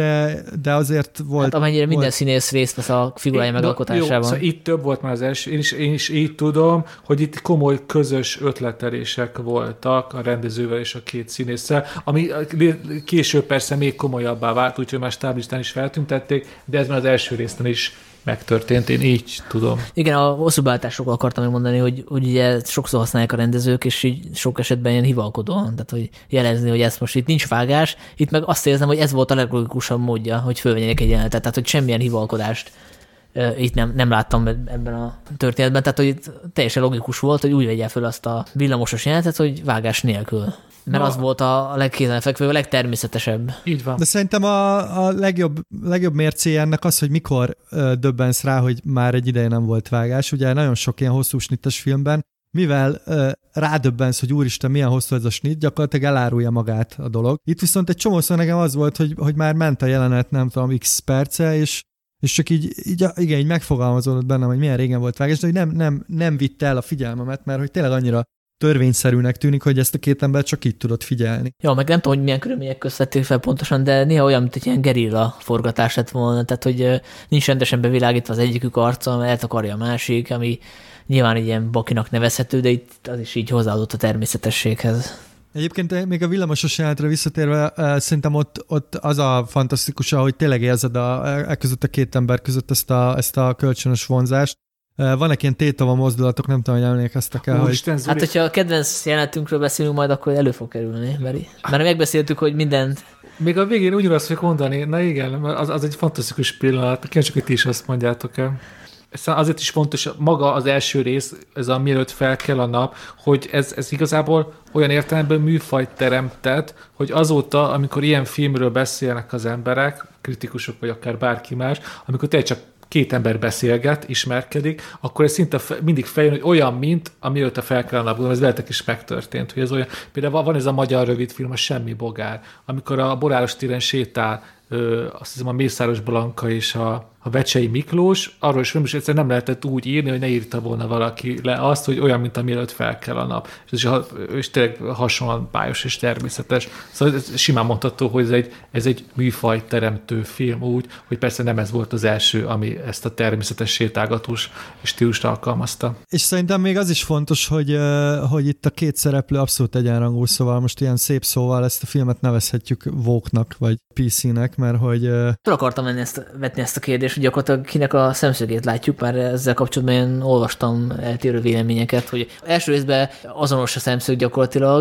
de azért volt. Hát amennyire minden színész részt vesz a figurája megalkotásában. Jó, szóval itt több volt már az első. Én is így tudom, hogy itt komoly közös ötletelések voltak a rendezővel és a két színésszel, ami később persze még komolyabbá vált, úgyhogy már stáblistán is feltüntették, de ez már az első részben is megtörtént, én így tudom. Igen, a hosszúbeállításokról akartam megmondani, hogy ugye sokszor használják a rendezők, és így sok esetben ilyen hivalkodóan, tehát hogy jelezni, hogy ez most itt nincs vágás, itt meg azt érzem, hogy ez volt a leglogikusabb módja, hogy fölvegyenek egy jelenetet, tehát hogy semmilyen hivalkodást itt nem láttam ebben a történetben, tehát hogy itt teljesen logikus volt, hogy úgy vegye föl azt a villamosos jelenetet, hogy vágás nélkül. Mert az volt a legkézenfekvő, a legtermészetesebb. Így van. De szerintem a legjobb mércéje ennek az, hogy mikor döbbensz rá, hogy már egy ideje nem volt vágás. Ugye nagyon sok ilyen hosszú snittes filmben, mivel rádöbbensz, hogy úristen, milyen hosszú ez a snit, gyakorlatilag elárulja magát a dolog. Itt viszont egy csomószor nekem az volt, hogy már ment a jelenet, nem tudom, x perce, és csak így megfogalmazódott bennem, hogy milyen régen volt vágás, de hogy nem vitte el a figyelmemet, mert hogy tényleg annyira törvényszerűnek tűnik, hogy ezt a két ember csak így tudott figyelni. Ja, meg nem tudom, hogy milyen körülmények közt vették fel pontosan, de néha olyan, mint egy ilyen gerilla forgatás lett volna, tehát hogy nincs rendesen bevilágítva az egyikük arca, eltakarja a másik, ami nyilván egy ilyen bakinak nevezhető, de itt az is így hozzáadott a természetességhez. Egyébként még a villamosos jelenetre visszatérve, szerintem ott az a fantasztikus, hogy tényleg érzed között a két ember között ezt a kölcsönös vonzást. Vannak ilyen tétova mozdulatok, nem tudom, hogy emlékeztek el, hogy... Hát, hogyha a kedvenc jelenetünkről beszélünk majd, akkor elő fog kerülni, mert megbeszéltük, hogy mindent... Még a végén ugyanazt fogok mondani, na igen, az egy fantasztikus pillanat, kíváncsiak, hogy ti is azt mondjátok el. Azért is fontos maga az első rész, ez a mielőtt fel kell a nap, hogy ez igazából olyan értelemben műfajt teremtett, hogy azóta, amikor ilyen filmről beszélnek az emberek, kritikusok vagy akár bárki más, amikor tényleg csak két ember beszélget, ismerkedik, akkor ez szinte mindig feljön, hogy olyan, mint amiről te fel kell a napon, ez veletek is megtörtént, hogy ez olyan, például van ez a magyar rövidfilm, a Semmi bogár, amikor a Boráros téren sétál, azt hiszem a Mészáros Blanka és a Vecsei Miklós, arról is egyszerűen nem lehetett úgy írni, hogy ne írta volna valaki le azt, hogy olyan, mint amielőtt fel kell a nap. És tényleg hasonlóan bájos és természetes. Szóval simán mondható, hogy ez egy műfaj teremtő film úgy, hogy persze nem ez volt az első, ami ezt a természetes sétálgatós stílust alkalmazta. És szerintem még az is fontos, hogy itt a két szereplő abszolút egyenrangú, szóval most ilyen szép szóval ezt a filmet nevezhetjük woke-nak, vagy PC-nek, mert hogy... Túl akartam vetni ezt a kérdést, hogy gyakorlatilag kinek a szemszögét látjuk, már ezzel kapcsolatban én olvastam eltérő véleményeket, hogy első részben azonos a szemszög gyakorlatilag,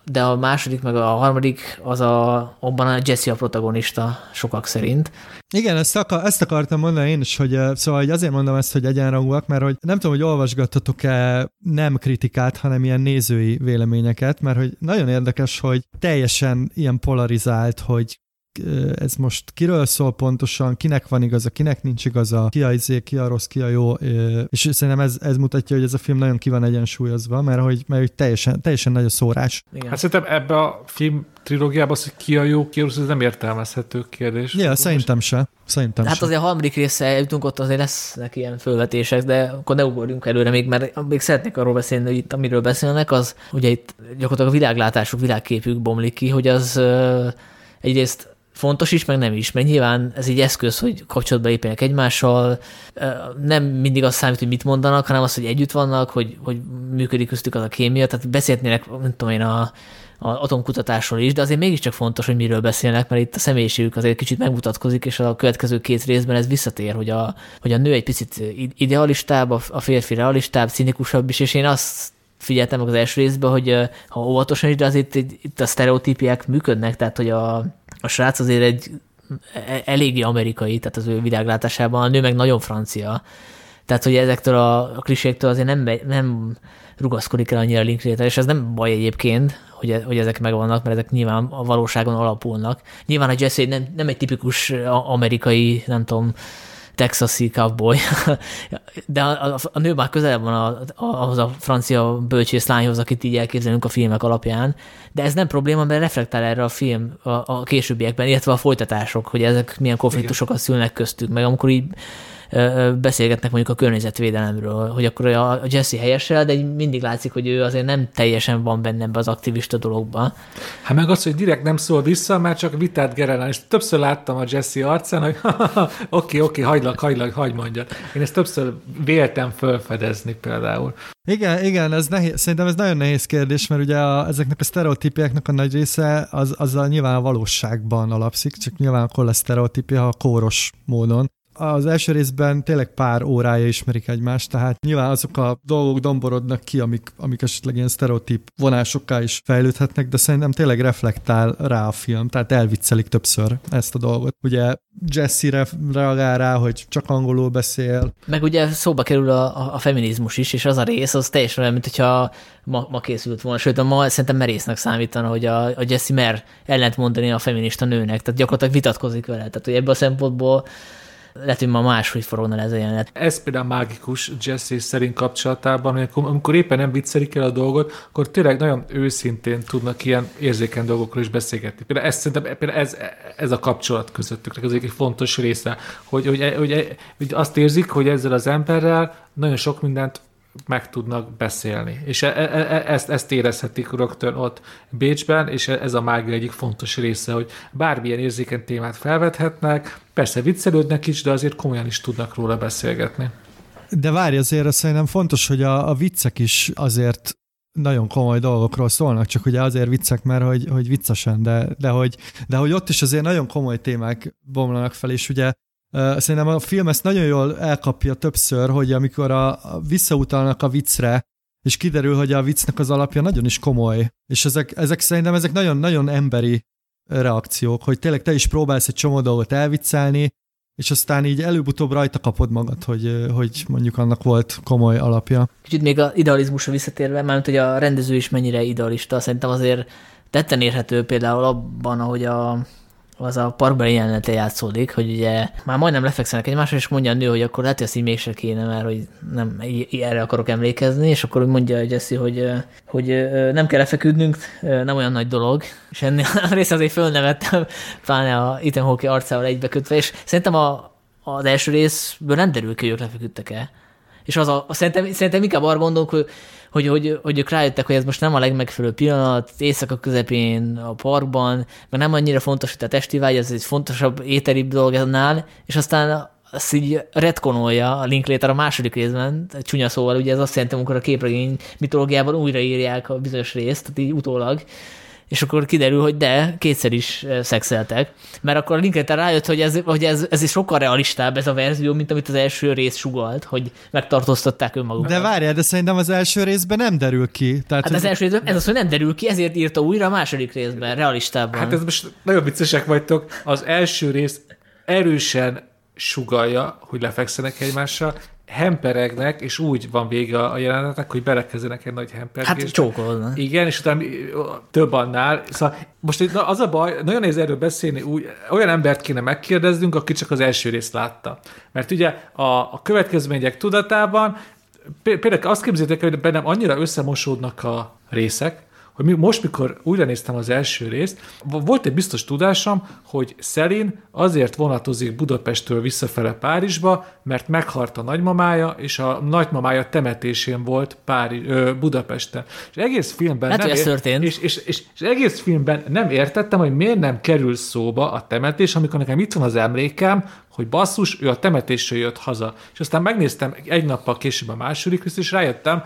de a második meg a harmadik, abban a Jesse a protagonista sokak szerint. Igen, ezt akartam mondani én is, hogy szóval hogy azért mondom ezt, hogy egyenrangúak, mert hogy nem tudom, hogy olvasgattatok-e nem kritikát, hanem ilyen nézői véleményeket, mert hogy nagyon érdekes, hogy teljesen ilyen polarizált, hogy ez most kiről szól pontosan, kinek van igaza, kinek nincs igaza, ki a izé, ki a rossz, ki a jó, és szerintem ez mutatja, hogy ez a film nagyon ki van egyensúlyozva, mert hogy teljesen nagy a szórás. Igen. Hát szerintem ebbe a film trilógiában az, hogy ki a jó, ki a rossz, ez nem értelmezhető kérdés. Ja, szerintem se. Hát azért a harmadik része jutunk, ott azért lesznek ilyen fölvetések, de akkor ne ugorjunk előre még, mert még szeretnék arról beszélni, hogy itt amiről beszélnek, az ugye itt gyakorlatilag a világlátásuk, világképük bomlik ki, hogy az egyrészt fontos is, meg nem is, mert nyilván ez egy eszköz, hogy kapcsolatba lépjenek egymással, nem mindig az számít, hogy mit mondanak, hanem az, hogy együtt vannak, hogy működik köztük az a kémia, tehát beszélhetnének, nem tudom én, a atomkutatásról is, de azért mégiscsak fontos, hogy miről beszélnek, mert itt a személyiségük azért kicsit megmutatkozik, és a következő 2 részben ez visszatér, hogy a nő egy picit idealistább, a férfi realistább, cinikusabb is, és én azt figyeltem meg az első részben, hogy ha óvatosan is, de azért itt a sztereotípiák működnek, tehát hogy a srác azért egy eléggé amerikai, tehát az ő világlátásában, a nő meg nagyon francia. Tehát, hogy ezektől a kliséktől azért nem rugaszkodik el annyira Linklater, és ez nem baj egyébként, hogy ezek megvannak, mert ezek nyilván a valóságon alapulnak. Nyilván a Jesse nem egy tipikus amerikai, nem tudom, texasi cowboy, de a nő már közelebb van ahhoz a francia bölcsész lányhoz, akit így elképzelünk a filmek alapján, de ez nem probléma, mert reflektál erre a film a későbbiekben, illetve a folytatások, hogy ezek milyen konfliktusokat szülnek köztük, meg amikor így beszélgetnek mondjuk a környezetvédelemről, hogy akkor a Jesse helyesel, de mindig látszik, hogy ő azért nem teljesen van benne ebbe az aktivista dologba. Hát meg az, hogy direkt nem szól vissza, már csak vitát gerelán, és többször láttam a Jesse arcán, hogy oké, hagyd mondja. Én ezt többször véltem felfedezni például. Igen, ez nehéz, szerintem ez nagyon nehéz kérdés, mert ugye ezeknek a sztereotípiáknak a nagy része az nyilván a valóságban alapszik, csak nyilván akkor lesz sztereotípia, ha kóros módon. Az első részben tényleg pár órája ismerik egymást, tehát nyilván azok a dolgok domborodnak ki, amik esetleg ilyen sztereotíp vonásokká is fejlődhetnek, de szerintem tényleg reflektál rá a film, tehát elviccelik többször ezt a dolgot. Ugye Jesse reagál rá, hogy csak angolul beszél. Meg ugye szóba kerül a feminizmus is, és az a rész, az teljesen olyan, mint hogyha ma készült volna, sőt, ma szerintem merésznek számítana, hogy a Jesse mer ellent mondani a feminista nőnek, tehát gyakorlatilag vitatkozik vele, tehát hogy ebből a szempontból lehet, hogy ma máshogy forogna le ez a jelenet. Ez például mágikus Jesse szerint kapcsolatában, hogy amikor éppen nem viccelik el a dolgot, akkor tényleg nagyon őszintén tudnak ilyen érzékeny dolgokról is beszélgetni. Például ez a kapcsolat közöttük, ez egy fontos része, hogy azt érzik, hogy ezzel az emberrel nagyon sok mindent meg tudnak beszélni. És ezt érezhetik rögtön ott Bécsben, és ez a mágia egyik fontos része, hogy bármilyen érzékeny témát felvethetnek, persze viccelődnek is, de azért komolyan is tudnak róla beszélgetni. De várj, azért szerintem fontos, hogy a viccek is azért nagyon komoly dolgokról szólnak, csak ugye azért viccek, mert hogy viccesen, de hogy ott is azért nagyon komoly témák bomlanak fel, és ugye szerintem a film ezt nagyon jól elkapja többször, hogy amikor visszautalnak a viccre, és kiderül, hogy a viccnek az alapja nagyon is komoly, és ezek szerintem nagyon-nagyon emberi reakciók, hogy tényleg te is próbálsz egy csomó dolgot elviccelni, és aztán így előbb-utóbb rajta kapod magad, hogy mondjuk annak volt komoly alapja. Kicsit még az idealizmusra visszatérve, mármint, hogy a rendező is mennyire idealista, szerintem azért tetten érhető például abban, ahogy az a parkbeli jelenete játszódik, hogy ugye már majdnem lefekszenek egymásra, és mondja a nő, hogy akkor lehet, hogy azt így mégse kéne, mert hogy nem erre akarok emlékezni, és akkor mondja Jesse, hogy nem kell lefeküdnünk, nem olyan nagy dolog, és ennél a rész azért fölnevettem, pláne a Ethan Hawke arcával egybekötve, és szerintem az első részből nem derül ki, hogy ők lefeküdtek-e. És szerintem inkább arra gondolok, hogy ők rájöttek, hogy ez most nem a legmegfelelőbb pillanat, éjszaka közepén a parkban, mert nem annyira fontos, hogy a testi vágy, ez egy fontosabb, éteribb dolog annál, és aztán azt így retkonolja a Linklater a második részben, csúnya szóval, ugye ez azt jelenti, amikor a képregény mitológiában újraírják a bizonyos részt, tehát így utólag, és akkor kiderül, hogy de, kétszer is szexeltek, mert akkor a Linklater rájött, hogy ez is sokkal realistább ez a verzió, mint amit az első rész sugalt, hogy megtartóztatták önmagukat. De várjál, de szerintem az első részben nem derül ki. Tehát, hát az első részben ez az, hogy nem derül ki, ezért írta újra a második részben, realistábban. Hát ez most nagyon viccesek vagytok. Az első rész erősen sugallja, hogy lefekszenek egymással, hemperegnek, és úgy van vége a jelenetnek, hogy belekezdenek egy nagy hempergésbe. Hát csókolódnak. Igen, és utána több annál. Szóval most az a baj, nagyon nehéz erről beszélni, olyan embert kéne megkérdeznünk, aki csak az első részt látta. Mert ugye a következmények tudatában például azt képzeljétek, hogy bennem annyira összemosódnak a részek, hogy most, mikor újra néztem az első részt, volt egy biztos tudásom, hogy Celine azért vonatozik Budapesttől visszafele Párizsba, mert meghalt a nagymamája, és a nagymamája temetésén volt Budapesten. És egész filmben és egész filmben nem értettem, hogy miért nem kerül szóba a temetés, amikor nekem itt van az emlékem, hogy basszus, ő a temetésről jött haza. És aztán megnéztem egy nappal később a második részt, és rájöttem,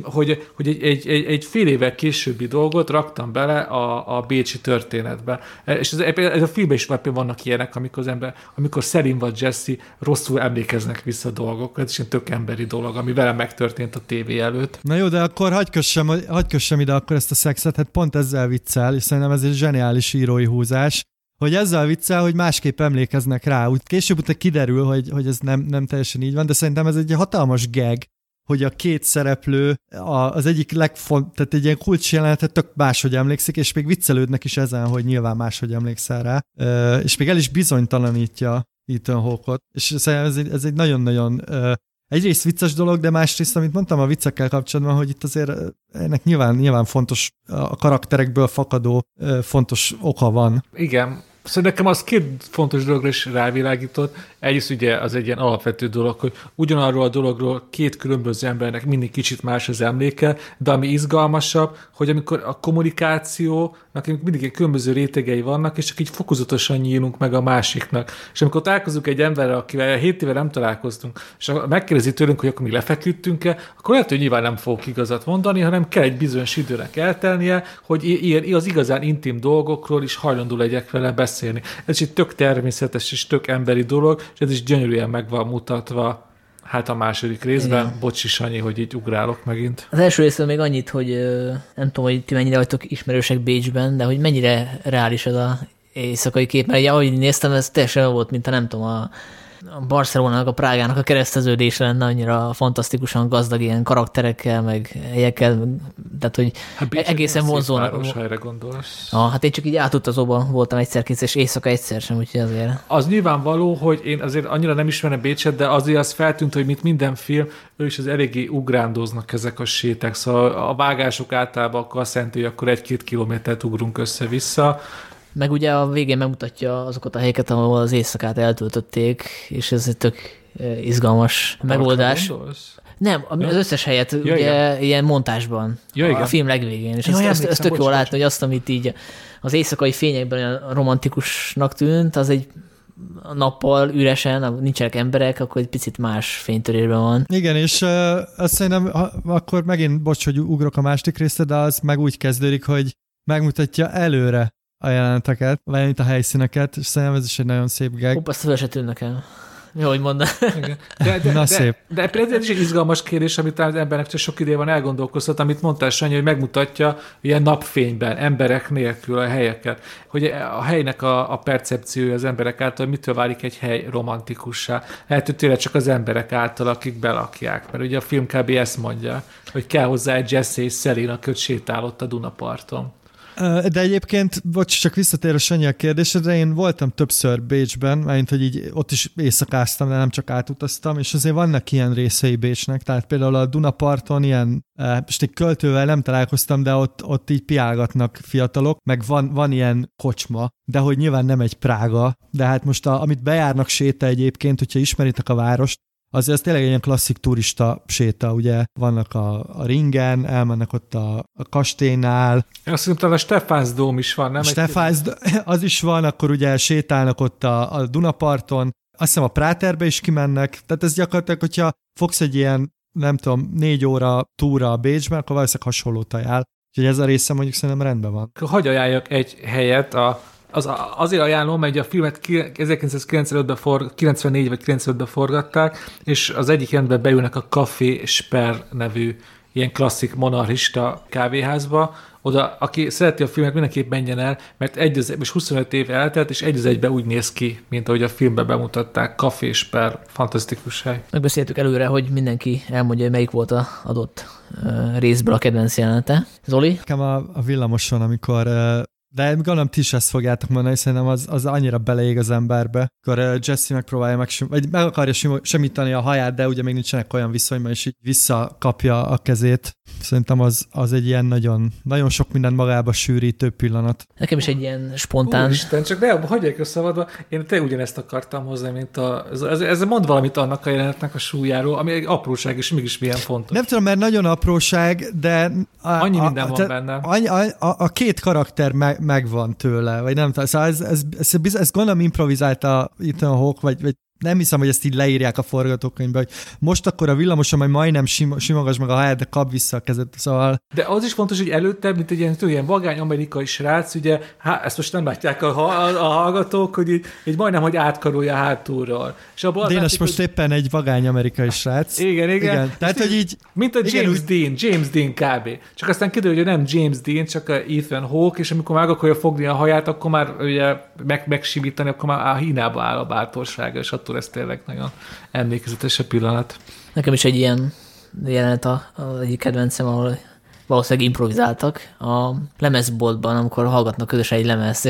hogy egy fél évvel későbbi dolgot raktam bele a bécsi történetbe. És ez a filmben is vannak ilyenek, amikor Celine vagy Jesse rosszul emlékeznek vissza dolgok. Ez is egy tök emberi dolog, ami velem megtörtént a tévé előtt. Na jó, de akkor hagyj kössem ide akkor ezt a szexet, hát pont ezzel viccel, és szerintem ez egy zseniális írói húzás, hogy ezzel viccel, hogy másképp emlékeznek rá. Úgy később utána kiderül, hogy ez nem teljesen így van, de szerintem ez egy hatalmas gag, hogy a két szereplő az egyik tehát egy ilyen kulcs jelenetet tök máshogy emlékszik, és még viccelődnek is ezen, hogy nyilván máshogy emlékszel rá, és még el is bizonytalanítja Ethan Hawke-ot. És szerintem ez egy nagyon-nagyon egyrészt vicces dolog, de másrészt, amit mondtam a viccekkel kapcsolatban, hogy itt azért ennek nyilván fontos, a karakterekből fakadó fontos oka van. Igen. Szóval nekem az két fontos dologra is rávilágított. Egyrészt ugye az egy ilyen alapvető dolog, hogy ugyanarról a dologról két különböző embernek mindig kicsit más az emléke, de ami izgalmasabb, hogy amikor a kommunikációnak mindig egy különböző rétegei vannak, és csak így fokozatosan nyílunk meg a másiknak. És amikor találkozunk egy emberrel, akivel 7 éve nem találkoztunk, és megkérdezi tőlünk, hogy akkor mi lefeküdtünk-e, akkor lehet, hogy nyilván nem fogok igazat mondani, hanem kell egy bizonyos időnek eltelnie, hogy az igazán intim dolgokról is hajlandó legyek vele beszélni. Ez is egy tök természetes és tök emberi dolog, és ez is gyönyörűen meg van mutatva hát a második részben. Igen. Bocsi, Sanyi, hogy így ugrálok megint. Az első részben még annyit, hogy nem tudom, hogy ti mennyire vagytok ismerősek Bécsben, de hogy mennyire reális ez az éjszakai kép, mert ahogy néztem, ez teljesen olyan volt, mint a nem tudom, a Barcelonának, a Prágának a kereszteződése lenne, annyira fantasztikusan gazdag ilyen karakterekkel, meg helyekkel, tehát hogy egészen vonzónak. Helyre gondolsz. Hát én csak így átutazóban voltam egyszer-kétszer, és éjszaka egyszer sem, úgyhogy azért. Az nyilvánvaló, hogy én azért annyira nem ismerem Bécset, de azért az feltűnt, hogy mint minden film, ő is az eléggé ugrándoznak ezek a sétek, szóval a vágások általában akkor azt jelenti, hogy akkor 1-2 kilométert ugrunk össze-vissza. Meg ugye a végén megmutatja azokat a helyeket, ahol az éjszakát eltöltötték, és ez egy tök izgalmas megoldás. Nem, az összes helyet ugye igen. Ilyen montásban, a film legvégén, és ezt tök jól látni, hogy azt, amit így az éjszakai fényekben romantikusnak tűnt, az egy nappal üresen, nincsenek emberek, akkor egy picit más fénytörésben van. Igen, és azt szerintem, akkor megint, bocs, hogy ugrok a másik részre, de az meg úgy kezdődik, hogy megmutatja előre a jeleneteket, vagy a helyszíneket, és szerintem ez is egy nagyon szép gag. Hopp, azt föl se tűnnek el. Jó, hogy mondd. De például ez is egy izgalmas kérdés, amit az embernek csak sok ideje van elgondolkoztat, amit mondtál, Sanyi, hogy megmutatja ilyen napfényben, emberek nélkül a helyeket. Hogy a helynek a percepciója az emberek által, mitől válik egy hely romantikussá. Lehet, hogy tényleg csak az emberek által, akik belakják. Mert ugye a film kb. Ezt mondja, hogy kell hozzá egy Jesse és Celine, aki sétálott a Dunaparton. De egyébként, bocs, csak visszatér a Sanyi a kérdésedre, én voltam többször Bécsben, mert hogy így ott is éjszakáztam, de nem csak átutaztam, és azért vannak ilyen részei Bécsnek, tehát például a Dunaparton ilyen, most egy költővel nem találkoztam, de ott így piálgatnak fiatalok, meg van ilyen kocsma, de hogy nyilván nem egy Prága, de hát most amit bejárnak séta egyébként, hogyha ismeritek a várost, azért ez tényleg egy ilyen klasszik turista séta, ugye vannak a ringen, elmennek ott a kastélynál. Én azt mondtam, a Stephansdóm is van, nem? Az is van, akkor ugye sétálnak ott a Dunaparton, azt hiszem a Práterbe is kimennek, tehát ez gyakorlatilag, hogyha fogsz egy ilyen, nem tudom, 4 óra túra a Bécsben, akkor valószínűleg hasonlót ajánl. Úgyhogy ez a része mondjuk szerintem rendben van. Hagy ajánljak egy helyet, azért ajánlom, mert a filmet 1995-ben 94 vagy 95-ben forgatták, és az egyik jelentben beülnek a Café Sper nevű ilyen klasszik monarchista kávéházba. Oda, aki szereti a filmet, mindenképp menjen el, mert és 25 év eltelt, és egy az egyben úgy néz ki, mint ahogy a filmben bemutatták. Café Sper, fantasztikus hely. Megbeszéltük előre, hogy mindenki elmondja, hogy melyik volt az adott részből a kedvenc jelenete. Zoli? Nekem a villamoson, amikor... De gondolom, ti is ezt fogjátok mondani, szerintem az annyira beleég az emberbe, akkor Jesse megpróbálja vagy meg akarja semítani a haját, de ugye még nincsenek olyan viszonyban, és így visszakapja a kezét. Szerintem az egy ilyen nagyon, nagyon sok mindent magába sűrítő pillanat. Nekem is egy ilyen spontán... Úristen, csak ne, hagyják a szabadba. Én te ugyanezt akartam hozni, mint ez mond valamit annak a jelenetnek a súlyáról, ami egy apróság, és mégis milyen fontos. Nem tudom, mert nagyon apróság, de... Annyi minden van benne. A két karakter megvan tőle, vagy nem tudom. Szóval ez gondolom improvizálta Ethan Hawke, vagy nem hiszem, hogy ezt így leírják a forgatókönyvben, hogy most akkor a villamoson majd majdnem simogass meg a háját, de kap vissza a kezet, szóval... De az is fontos, hogy előtte, mint egy ilyen vagány amerikai srác, ugye, ezt most nem látják a hallgatók, hogy így majdnem, hogy átkarolja hátulról. És Dénes most éppen egy vagány amerikai srác. Igen. Tehát, hogy így... Mint a James Dean kb. Csak aztán kiderül, hogy nem James Dean, csak a Ethan Hawke, és amikor meg akarja fogni a haját, akkor már ugye megsimítani, akkor már a hínába áll a bátorsága, és attól ez tényleg nagyon emlékezetes a pillanat. Nekem is egy ilyen jelenet az egyik kedvencem, ahol valószínűleg improvizáltak a lemezboltban, amikor hallgatnak közösen egy lemezt,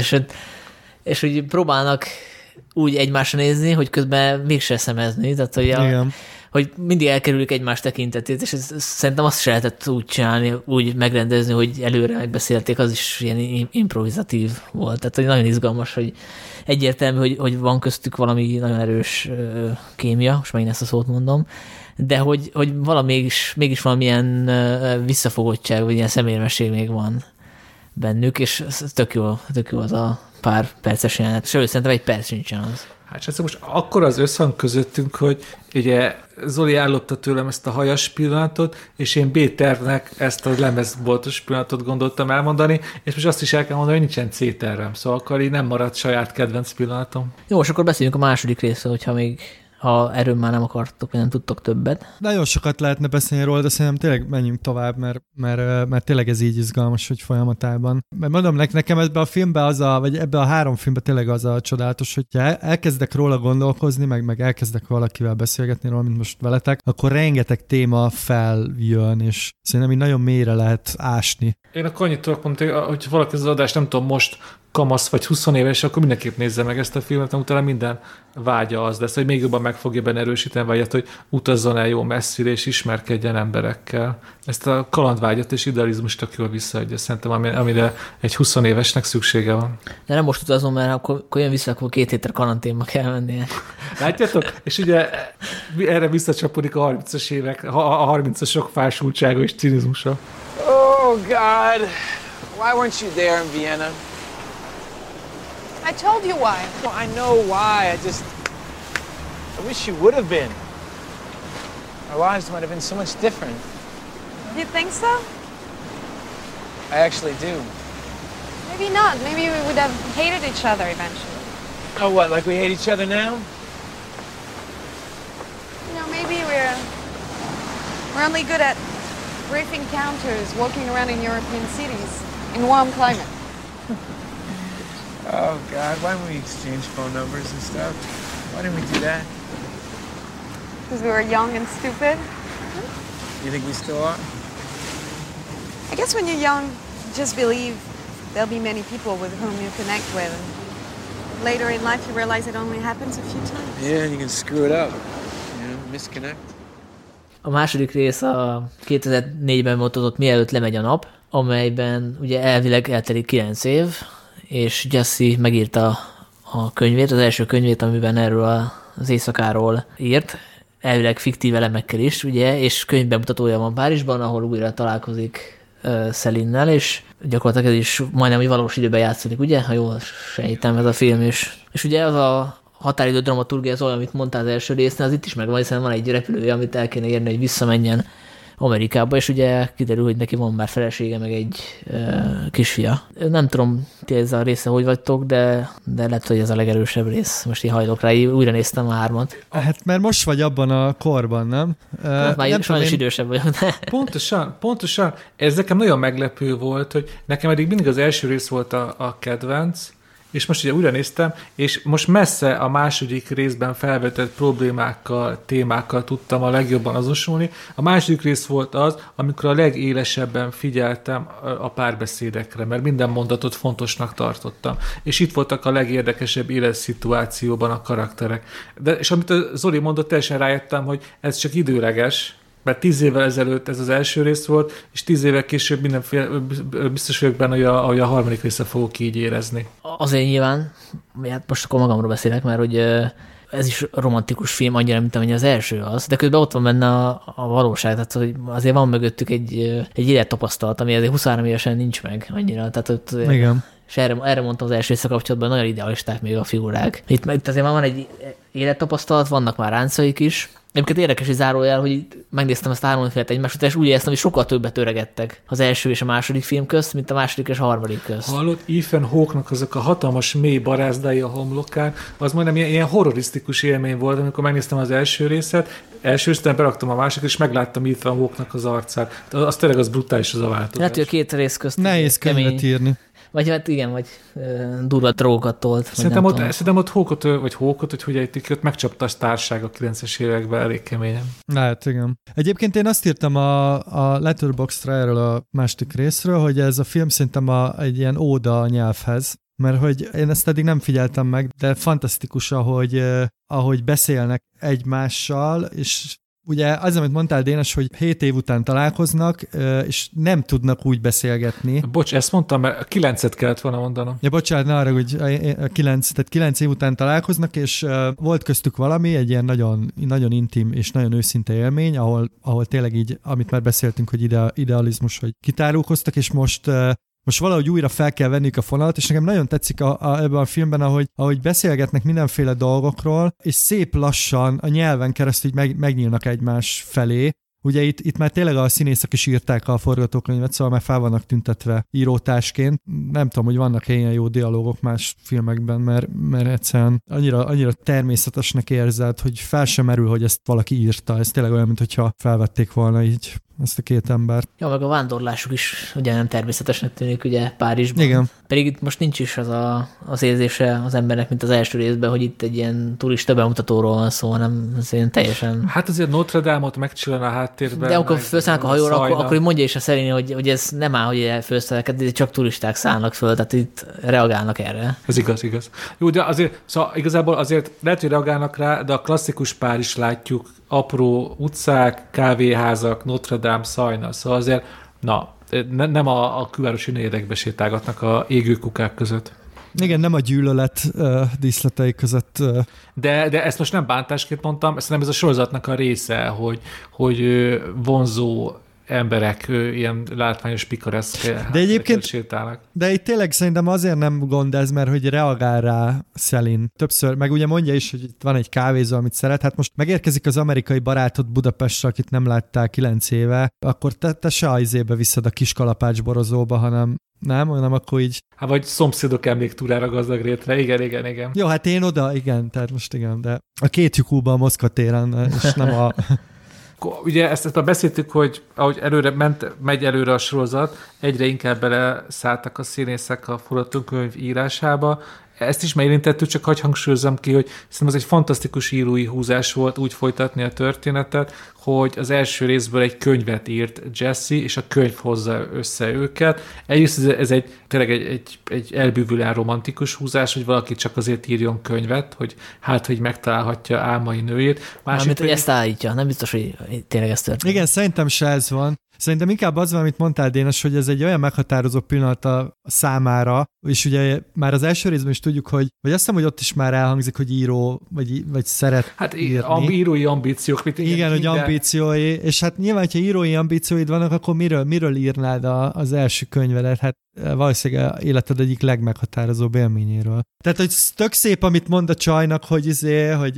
és úgy próbálnak úgy egymásra nézni, hogy közben mégse szemezni, tehát hogy mindig elkerülik egymás tekintetét, és szerintem azt se lehetett úgy csinálni, úgy megrendezni, hogy előre megbeszélték, az is ilyen improvizatív volt. Tehát hogy nagyon izgalmas, hogy egyértelmű, hogy van köztük valami nagyon erős kémia, most megint ezt a szót mondom, de hogy mégis valamilyen visszafogottság, vagy ilyen személyesség még van bennük, és tök jó az a pár perces jelenet. Sőt, szerintem egy perc nincsen az. Hát most akkor az összhang közöttünk, hogy ugye Zoli ellopta tőlem ezt a hajas pillanatot, és én B-tervnek ezt a lemezboltos pillanatot gondoltam elmondani, és most azt is el kell mondani, hogy nincsen C-tervem, szóval akkor így nem maradt saját kedvenc pillanatom. Jó, és akkor beszéljünk a második részről, ha erről már nem akartok, vagy nem tudtok többet. Nagyon sokat lehetne beszélni róla, de szerintem tényleg menjünk tovább, mert tényleg ez így izgalmas, hogy folyamatában. Mert mondom, nekem ebben a filmben vagy ebben a 3 filmben tényleg az a csodálatos, hogyha elkezdek róla gondolkozni, meg elkezdek valakivel beszélgetni róla, mint most veletek, akkor rengeteg téma feljön, és szerintem így nagyon mélyre lehet ásni. Én akkor annyit tudok mondani, hogy valaki az adást, nem tudom, most kamasz vagy 20 éves, akkor mindenképp nézze meg ezt a filmet, mert utána minden vágya az lesz, hogy még jobban meg fogja benne erősíteni vágyat, hogy utazzon el jó messzire, és ismerkedjen emberekkel. Ezt a kalandvágyat és idealizmust tök jól visszaadja, szerintem, amire egy 20 évesnek szüksége van. De nem most utazom, mert akkor jön vissza, akkor 2 hétre karanténba kell mennie. Látjátok? És ugye erre visszacsapodik a 30-as évek, a 30-asok fásultsága és cinizmusa. Oh, God. Why weren't you there in Vienna? I told you why. Well, I know why. I wish you would have been. Our lives might have been so much different. You think so? I actually do. Maybe not. Maybe we would have hated each other eventually. Oh, what, like we hate each other now? You know, maybe we're only good at brief encounters, walking around in European cities in warm climate. Oh, God, why didn't we exchange phone numbers and stuff? Why didn't we do that? Because we were young and stupid. You think we still are? I guess when you're young, you just believe there'll be many people with whom you connect with. And later in life, you realize it only happens a few times. Yeah, and you can screw it up. You know, misconnect. A második rész a 2004-ben mutatott Mielőtt lemegy a nap, amelyben ugye elvileg eltelik 9 év, és Jesse megírta a könyvét, az első könyvét, amiben erről az éjszakáról írt, elvileg fiktív elemekkel is, ugye, és könyvbemutatója van Párizsban, ahol újra találkozik Celinnel, és gyakorlatilag ez is majdnem, hogy valós időben játszik, ugye, ha jól sejtem ez a film is. És ugye az a határidő dramaturgia az olyan, amit mondtál az első résznél, az itt is megvan, hiszen van egy repülője, amit el kéne érni, hogy visszamenjen Amerikába, és ugye kiderül, hogy neki van már felesége, meg egy kisfia. Nem tudom, ti ez a része hogy vagytok, de lehet, hogy ez a legerősebb rész. Most én hajlok rá, újra néztem a 3-at. Hát mert most vagy abban a korban, nem? Hát már nem sajnos idősebb vagyok, de... Pontosan. Ez nekem nagyon meglepő volt, hogy nekem eddig mindig az első rész volt a kedvenc, és most ugye újra néztem, és most messze a második részben felvetett problémákkal, témákkal tudtam a legjobban azonosulni. A második rész volt az, amikor a legélesebben figyeltem a párbeszédekre, mert minden mondatot fontosnak tartottam. És itt voltak a legérdekesebb életszituációban a karakterek. És amit a Zoli mondott, teljesen rájöttem, hogy ez csak időleges, mert 10 évvel ezelőtt ez az első rész volt, és 10 évvel később mindenféle, biztos vagyok benne, hogy a harmadik része fogok így érezni. Azért nyilván, hát most akkor magamról beszélek, mert hogy ez is romantikus film, annyira, mint amennyi az első az, de közben ott van benne a valóság, tehát hogy azért van mögöttük egy élettapasztalat, ami azért 23 évesen nincs meg annyira. Tehát ott, igen. És erre mondtam az első kapcsolatban, nagyon idealisták még a figurák. Itt azért már van egy élettapasztalat, vannak már ráncaik is. Egyébként érdekes, hogy zárójel, hogy megnéztem ezt a 3 filmet egymás után, és úgy éreztem, hogy sokkal többet öregettek az első és a második film közt, mint a második és a harmadik közt. Hallod, Ethan Hawke-nak azok a hatalmas mély barázdái a homlokán, az majdnem ilyen horrorisztikus élmény volt, amikor megnéztem az első részet, aztán beraktam a másikat, és megláttam Ethan Hawke-nak az arcát. Az tényleg az brutális az a változás. Lehet, hogy a 2 rész közt nehéz könyvet írni. Vagy hát igen, vagy durva drogokat tolt. Szerintem ott Hawke-ot, hogy ott megcsapta a sztárság a 90-es években elég keményen. Lehet, igen. Egyébként én azt írtam a Letterboxdra erről a második részről, hogy ez a film szerintem egy ilyen óda a nyelvhez, mert hogy én ezt eddig nem figyeltem meg, de fantasztikus, ahogy beszélnek egymással, és ugye az, amit mondtál, Dénes, hogy 7 év után találkoznak, és nem tudnak úgy beszélgetni. Bocs, ezt mondtam, mert a 9-et kellett volna mondanom. Ja, bocsánat, ne arra, hogy 9 év után találkoznak, és volt köztük valami, egy ilyen nagyon, nagyon intim és nagyon őszinte élmény, ahol tényleg így, amit már beszéltünk, hogy idealizmus, hogy kitárulkoztak, és most valahogy újra fel kell venniük a fonalat, és nekem nagyon tetszik ebben a filmben, ahogy beszélgetnek mindenféle dolgokról, és szép lassan a nyelven keresztül megnyílnak egymás felé. Ugye itt már tényleg a színészek is írták a forgatókönyvet, szóval már fel vannak tüntetve írótársként. Nem tudom, hogy vannak-e ilyen jó dialógok más filmekben, mert egyszerűen annyira természetesnek érzed, hogy fel sem merül, hogy ezt valaki írta. Ez tényleg olyan, mintha felvették volna így ezt a 2 embert. Ja, meg a vándorlásuk is ugye nem természetesnek tűnik ugye Párizsban. Igen. Pedig itt most nincs is az érzése az embernek, mint az első részben, hogy itt egy ilyen turista bemutatóról van szó, hanem ez ilyen teljesen... Hát azért Notre Dame-ot megcsillan a háttérben. De akkor felszállnak a hajóra, akkor mondja is a szerint, hogy ez nem áll, hogy felszállnak, csak turisták szállnak föl, tehát itt reagálnak erre. Ez igaz. Jó, de azért, szóval igazából azért lehet, hogy reagálnak rá, de a klasszikus Párizs látjuk, apró utcák, kávéházak, Notre Dame, Szajna, szóval azért, nem a külvárosi negyedekbe sétálgatnak a égő kukák között. Igen, nem a gyűlölet díszletei között. De ezt most nem bántásként mondtam, szerintem ez a sorozatnak a része, hogy vonzó emberek ilyen látványos pikareszk sétálnak. De itt tényleg szerintem azért nem gond ez, mert hogy reagál rá Celine többször, meg ugye mondja is, hogy itt van egy kávézó, amit szeret. Hát most megérkezik az amerikai barátod Budapestre, akit nem láttál 9 éve, akkor te se a izébe viszed a kis kalapács borozóba, hanem akkor így... Hát vagy szomszédok emléktúrára gazdag rétre, igen. Jó, hát én oda, igen, tehát most igen, de a 2 lyukúba a Moszkva téren, és nem a... Ugye ezt már beszéltük, hogy ahogy megy előre a sorozat, egyre inkább beleszálltak a színészek a forgatókönyv írásába. Ezt is már érintettük, csak hagy hangsúlyozom ki, hogy szerintem ez egy fantasztikus írói húzás volt úgy folytatni a történetet, hogy az első részből egy könyvet írt Jesse, és a könyv hozza össze őket. Egyrészt ez tényleg egy elbűvülően romantikus húzás, hogy valaki csak azért írjon könyvet, hogy megtalálhatja álmai nőjét. Mármint, hogy ezt állítja, nem biztos, hogy tényleg ez történik. Igen, szerintem se ez van. Szerintem inkább az van, amit mondtál, Dénes, hogy ez egy olyan meghatározó pillanat a számára, és ugye már az első részben is tudjuk, hogy azt hiszem, hogy ott is már elhangzik, hogy író, vagy szeret írni. Írói ambíciók. Igen, hogy ambíciói, és hát nyilván, hogyha írói ambícióid vannak, akkor miről írnád az első könyvedet? Hát valószínűleg életed egyik legmeghatározóbb élményéről. Tehát, hogy tök szép, amit mond a csajnak, hogy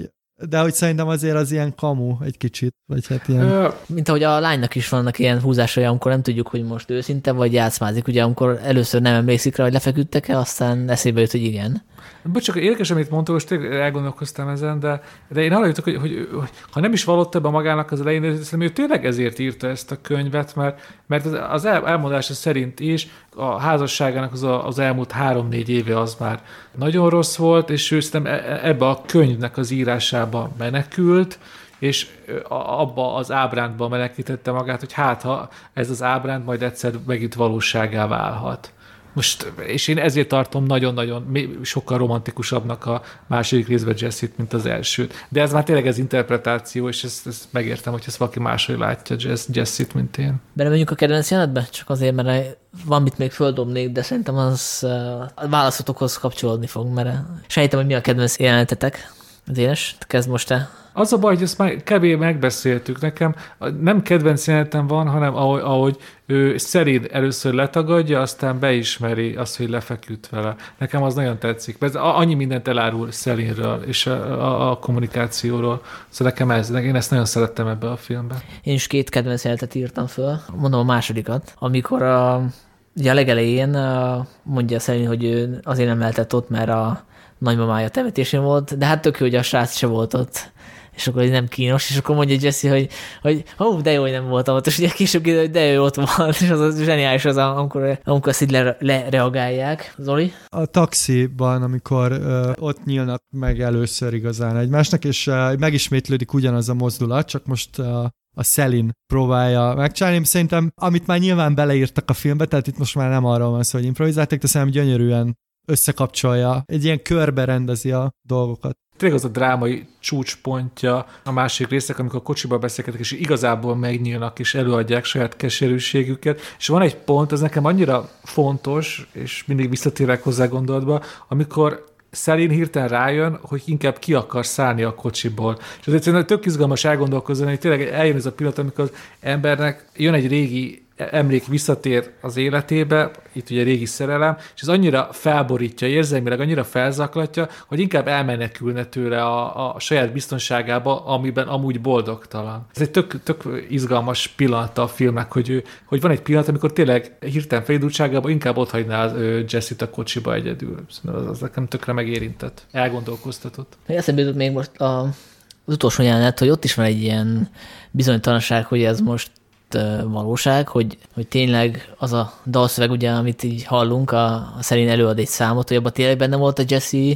de hogy szerintem azért az ilyen kamu egy kicsit, vagy hát ilyen... Mint ahogy a lánynak is vannak ilyen húzásai, amikor nem tudjuk, hogy most őszinte, vagy játszmázik. Ugye amikor először nem emlékszik rá, hogy lefeküdtek-e, aztán eszébe jut, hogy igen. Csak érdekes, amit mondtam, most elgondolkoztam ezen, de én arra jutok, hogy ha nem is vallotta be magának az elején, szerintem ő tényleg ezért írta ezt a könyvet, mert az elmondása szerint is a házasságának az elmúlt 3-4 éve az már nagyon rossz volt, és ő szerintem ebbe a könyvnek az írásába menekült, és abba az ábrándba menekítette magát, hogy hát ha ez az ábránd majd egyszer megint valóságá válhat. Most, és én ezért tartom nagyon-nagyon sokkal romantikusabbnak a második részben Jessit, mint az elsőt. De ez már tényleg ez interpretáció, és ezt megértem, hogy ezt valaki máshogy látja Jessit, mint én. Belemegyünk a kedvenc jelenetbe? Csak azért, mert van mit még földobnék, de szerintem az a válaszotokhoz kapcsolódni fog, mert sejtem, hogy mi a kedvenc jelenetetek. Az éles, kezd most te. Az a baj, hogy ezt már kevés megbeszéltük. Nekem nem kedvenc jelenetem van, hanem ahogy ő Celine először letagadja, aztán beismeri azt, hogy lefeküdt vele. Nekem az nagyon tetszik. Ez annyi mindent elárul Celine-ről és a kommunikációról. Szóval én ezt nagyon szerettem ebbe a filmben. Én is 2 kedvenc jelenetet írtam föl. Mondom a másodikat. Amikor ugye a legelején mondja Celine, hogy ő azért nem lehetett ott, mert a nagymamája temetésén volt, de hát tök jó, hogy a srác se volt ott. És akkor ez nem kínos, és akkor mondja Jessie, hogy de jó, hogy nem voltam ott, és ugye később kiderül, hogy de jó, ott volt, és az zseniális az, amikor azt így lereagálják. Zoli? A taxiban, amikor ott nyílnak meg először igazán egymásnak, és megismétlődik ugyanaz a mozdulat, csak most a Celine próbálja megcsinálni. Szerintem, amit már nyilván beleírtak a filmbe, tehát itt most már nem arról van szó, hogy improvizálták, de szerintem gyönyörűen összekapcsolja, egy ilyen körbe rendezi a dolgokat. Tényleg az a drámai csúcspontja a másik részek, amikor a kocsiba beszélgetek, és igazából megnyílnak, és előadják saját keserűségüket. És van egy pont, az nekem annyira fontos, és mindig visszatérek hozzá gondolatba, amikor Celine hirtelen rájön, hogy inkább ki akar szállni a kocsiból. És az egyszerűen tök izgalmas elgondolkozni, hogy tényleg eljön ez a pillanat, amikor az embernek jön egy régi emlék, visszatér az életébe, itt ugye régi szerelem, és ez annyira felborítja, érzelmileg annyira felzaklatja, hogy inkább elmenekülne tőle a saját biztonságába, amiben amúgy boldogtalan. Ez egy tök izgalmas pillanata a filmnek, hogy van egy pillanat, amikor tényleg hirtelen felindultságában inkább otthagyná Jessit a kocsiba egyedül. Az nekem tökre megérintett, elgondolkoztatott. Eszembe jutott még most az utolsó jelenet, hogy ott is van egy ilyen bizonytalanság, hogy ez most valóság, hogy tényleg az a dalszöveg, ugye, amit így hallunk, a Celine előad egy számot, hogy abban tényleg benne volt a Jessie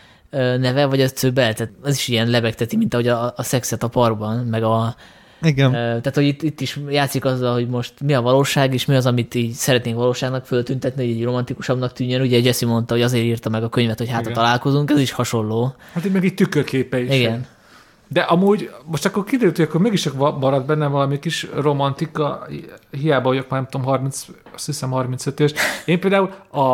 neve, vagy az ő tehát az is ilyen lebegteti, mint ahogy a szexet a parkban, meg igen. Tehát, hogy itt is játszik azzal, hogy most mi a valóság, és mi az, amit így szeretnénk valóságnak föltüntetni, hogy így romantikusabbnak tűnjön. Ugye Jessie mondta, hogy azért írta meg a könyvet, hogy hát találkozunk, ez is hasonló. Hát itt meg egy tükörképe is. Igen. De amúgy most akkor kiderült, hogy akkor mégis marad bennem valami kis romantika, hiába vagyok már, nem tudom, azt hiszem 35 éves. Én például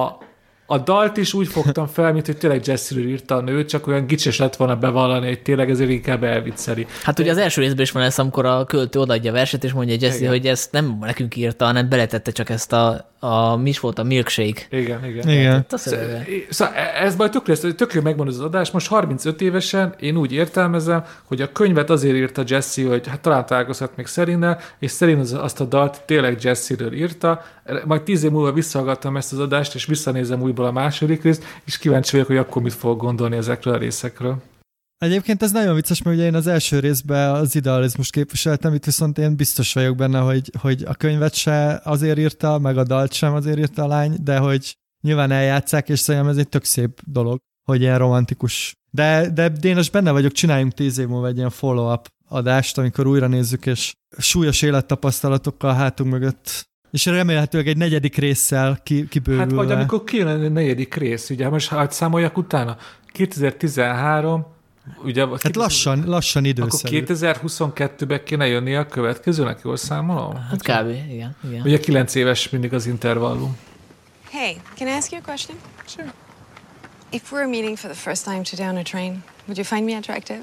a dalt is úgy fogtam fel, mint hogy tényleg Jessie-ről írta a nő, csak olyan gicses lett volna bevallani, hogy tényleg ezért inkább elvicceli. Hát ugye az első részben is van ez, amikor a költő odaadja a verset, és mondja Jessie, hogy ezt nem nekünk írta, hanem beletette csak ezt mi is volt a milkshake. Igen. Szóval ez majd tök jó megmondod az adás. Most 35 évesen én úgy értelmezem, hogy a könyvet azért írta Jessie, hogy hát talán találkozhat még Celine-nel, és Celine azt a dalt tényleg Jessie-ről írta. Majd 10 év múlva visszahallgattam ezt az adást, és visszanézem újból a második részt, és kíváncsi vagyok, hogy akkor mit fogok gondolni ezekről a részekről. Egyébként ez nagyon vicces, mert ugye én az első részben az idealizmus képviseltem, itt viszont én biztos vagyok benne, hogy a könyvet se azért írta, meg a dalt sem azért írta a lány, de hogy nyilván eljátszák, és szerintem ez egy tök szép dolog, hogy ilyen romantikus. De én most benne vagyok, csináljunk 10 év múlva egy ilyen follow-up adást, amikor újra nézzük, és súlyos élettapasztalatokkal hátunk mögött, és remélhetőleg egy 4. résszel kibővülve. Hát vagy amikor kijön a 4. rész, ugye most hát számoljak utána, 2013, ugye, hát lassan időszerű. Akkor 2022-ben kéne jönni a következőnek, jól számolom? Hát kb. Igen. Ugye 9 éves mindig az intervallum. Hey, can I ask you a question? Sure. If we're meeting for the first time today on a train, would you find me attractive?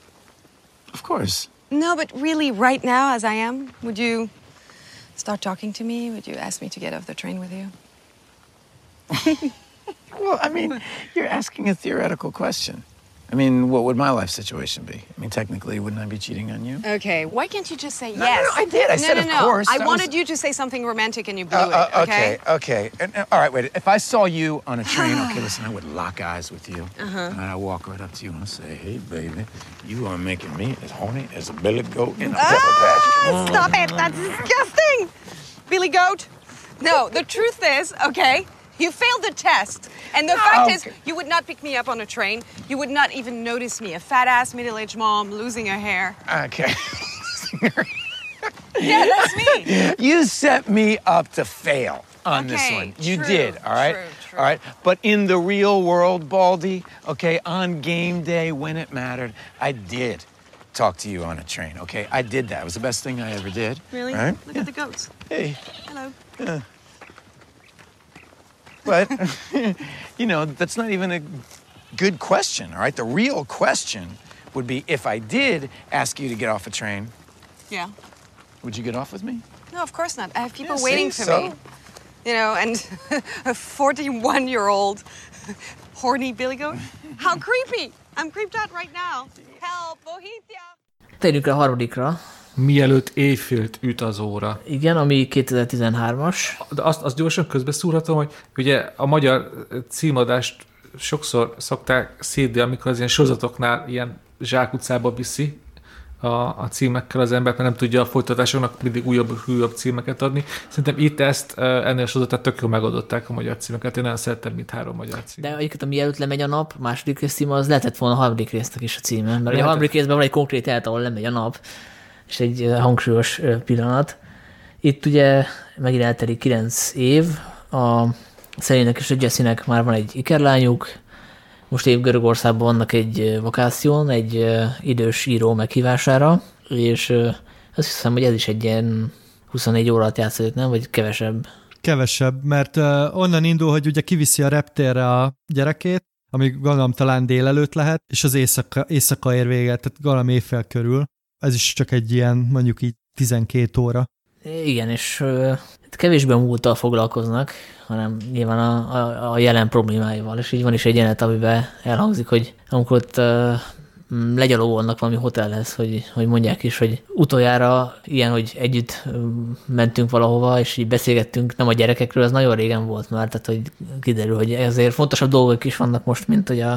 Of course. No, but really, right now, as I am, would you start talking to me? Would you ask me to get off the train with you? Well, I mean, you're asking a theoretical question. I mean, what would my life situation be? I mean, technically, wouldn't I be cheating on you? Okay, why can't you just say No, yes? no, I did. I said, of course. I That wanted was- you to say something romantic and you blew it, okay? Okay. All right, wait. If I saw you on a train, okay, listen, I would lock eyes with you. And I'd walk right up to you and I'd say, hey, baby, you are making me as horny as a billy goat in a pepper patch. Stop it, that's disgusting! Billy Goat? No, the truth is, okay, you failed the test. And the fact is, you would not pick me up on a train. You would not even notice me, a fat-ass middle-aged mom losing her hair. Okay. Yeah, that's me. You set me up to fail on this Okay, one. You true, did, all right? true. All right. But in the real world, Baldy, okay, on game day when it mattered, I did talk to you on a train, okay? I did that. It was the best thing I ever did. Really? All right? Look at the goats. Hey. Hello. But, that's not even a good question, all right? The real question would be if I did ask you to get off a train, Yeah. would you get off with me? No, of course not. I have people Yeah, waiting see, for so? me. And a 41-year-old horny Billy Goat. How creepy! I'm creeped out right now. Help, Bohemia! Térjünk rá a harmadikra. Mielőtt éjfélt üt az óra. Igen, ami 2013-as. De azt gyorsan közbeszúrhatom, hogy ugye a magyar címadást sokszor szokták szédni, amikor az ilyen sorozatoknál ilyen zsákutcába viszi a címekkel az embert, mert nem tudja a folytatásoknak mindig újabb címeket adni. Szerintem itt ezt ennél a sorozatát tök jól megadották a magyar címeket. Én nagyon szerettem, mint 3 magyar cím. De egyébként, ami előtt lemegy a nap, második rész címe, az lehetett volna a harmadik résznek is a címe. Mert a harmadik részben van egy konkrét jelet, ahol lemegy a nap, és egy hangsúlyos pillanat. Itt ugye megint eltelik 9 év, a Szellének és a Jessinek már van egy ikerlányuk, most épp Görögországban vannak egy vakáción, egy idős író meghívására, és azt hiszem, hogy ez is egy ilyen 24 órát játszódik, nem? Vagy kevesebb? Kevesebb, mert onnan indul, hogy ugye kiviszi a reptérre a gyerekét, ami gondolom talán délelőtt lehet, és az éjszaka ér véget, tehát gondolom éjfél körül. Ez is csak egy ilyen, mondjuk így 12 óra. Igen, és kevésbé a múlttal foglalkoznak, hanem nyilván a jelen problémáival, és így van is egy jelenet, amiben elhangzik, hogy amikor ott legyalogolnak valami hotelhez, hogy mondják is, hogy utoljára ilyen, hogy együtt mentünk valahova, és így beszélgettünk, nem a gyerekekről, ez nagyon régen volt már, tehát hogy kiderül, hogy ezért fontosabb dolgok is vannak most, mint hogy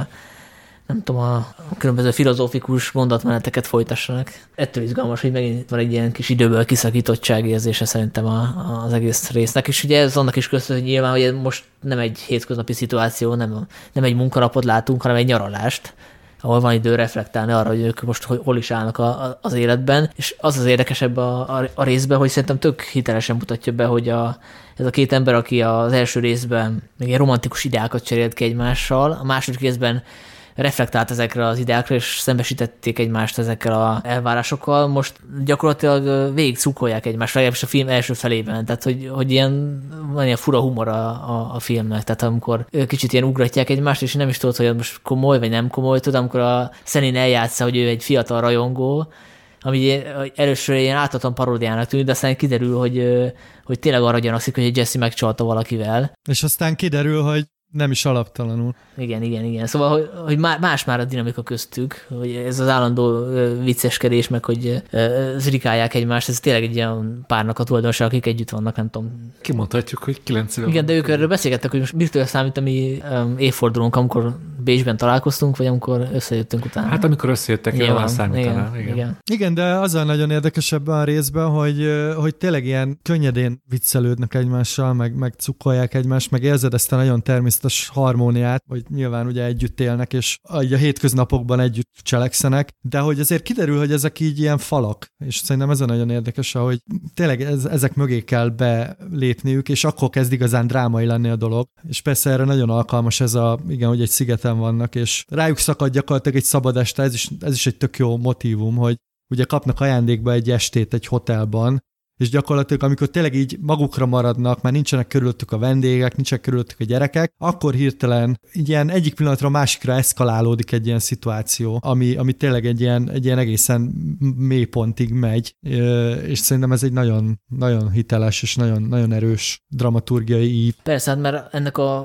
nem tudom, a különböző filozófikus gondolatmeneteket folytassanak. Ettől izgalmas, hogy megint van egy ilyen kis időből kiszakítottság érzése szerintem az egész résznek, és ugye ez annak is köszönhető, hogy nyilván, hogy most nem egy hétköznapi szituáció, nem egy munkanapot látunk, hanem egy nyaralást, ahol van idő reflektálni arra, hogy ők most hol is állnak az életben, és az érdekesebb a részben, hogy szerintem tök hitelesen mutatja be, hogy ez a két ember, aki az első részben még ilyen romantikus ideákat cserélt ki egymással, a második részben reflektált ezekre az ideákra, és szembesítették egymást ezekkel az elvárásokkal. Most gyakorlatilag végig cukolják egymást, legalábbis a film első felében. Tehát, hogy van ilyen fura humor a filmnek. Tehát amikor kicsit ilyen ugratják egymást, és nem is tudod, hogy most komoly vagy nem komoly. Tudod, amikor a Szenin eljátsza, hogy ő egy fiatal rajongó, ami először ilyen átadtan paródiának tűnik, de aztán kiderül, hogy tényleg arra gyanakszik, hogy Jesse megcsalta valakivel. És aztán kiderül, hogy nem is alaptalanul. Igen. Szóval, hogy más már a dinamika köztük, hogy ez az állandó vicceskedés, meg hogy zrikálják egymást, ez tényleg egy ilyen párnak a tulajdonosa, akik együtt vannak, nem tudom. Kimondhatjuk, hogy 9 éve. Igen, de ők erről beszélgettek, hogy most mitől számít a mi évfordulónk, amikor Bécsben találkoztunk, vagy amikor összejöttünk utána. Hát amikor összejöttek, nyilván számítaná. Igen, de az a nagyon érdekes ebben a részben, hogy tényleg ilyen könnyedén viccelődnek egymással, meg cukolják egymást, meg érzed ezt a nagyon természetes harmóniát, hogy nyilván ugye együtt élnek, és a hétköznapokban együtt cselekszenek, de hogy azért kiderül, hogy ezek így ilyen falak, és szerintem ez a nagyon érdekes, hogy tényleg ezek mögé kell belépniük, és akkor kezd igazán drámai lenni a dolog. És persze erre nagyon alkalmas ez hogy egy szigeten vannak, és rájuk szakad gyakorlatilag egy szabad este, ez is egy tök jó motívum, hogy ugye kapnak ajándékba egy estét egy hotelban, és gyakorlatilag amikor tényleg így magukra maradnak, már nincsenek körülöttük a vendégek, nincsenek körülöttük a gyerekek, akkor hirtelen ilyen egyik pillanatra a másikra eszkalálódik egy ilyen szituáció, ami tényleg egy ilyen egészen mély pontig megy, és szerintem ez egy nagyon, nagyon hiteles és nagyon, nagyon erős dramaturgiai ív. Persze, hát mert ennek a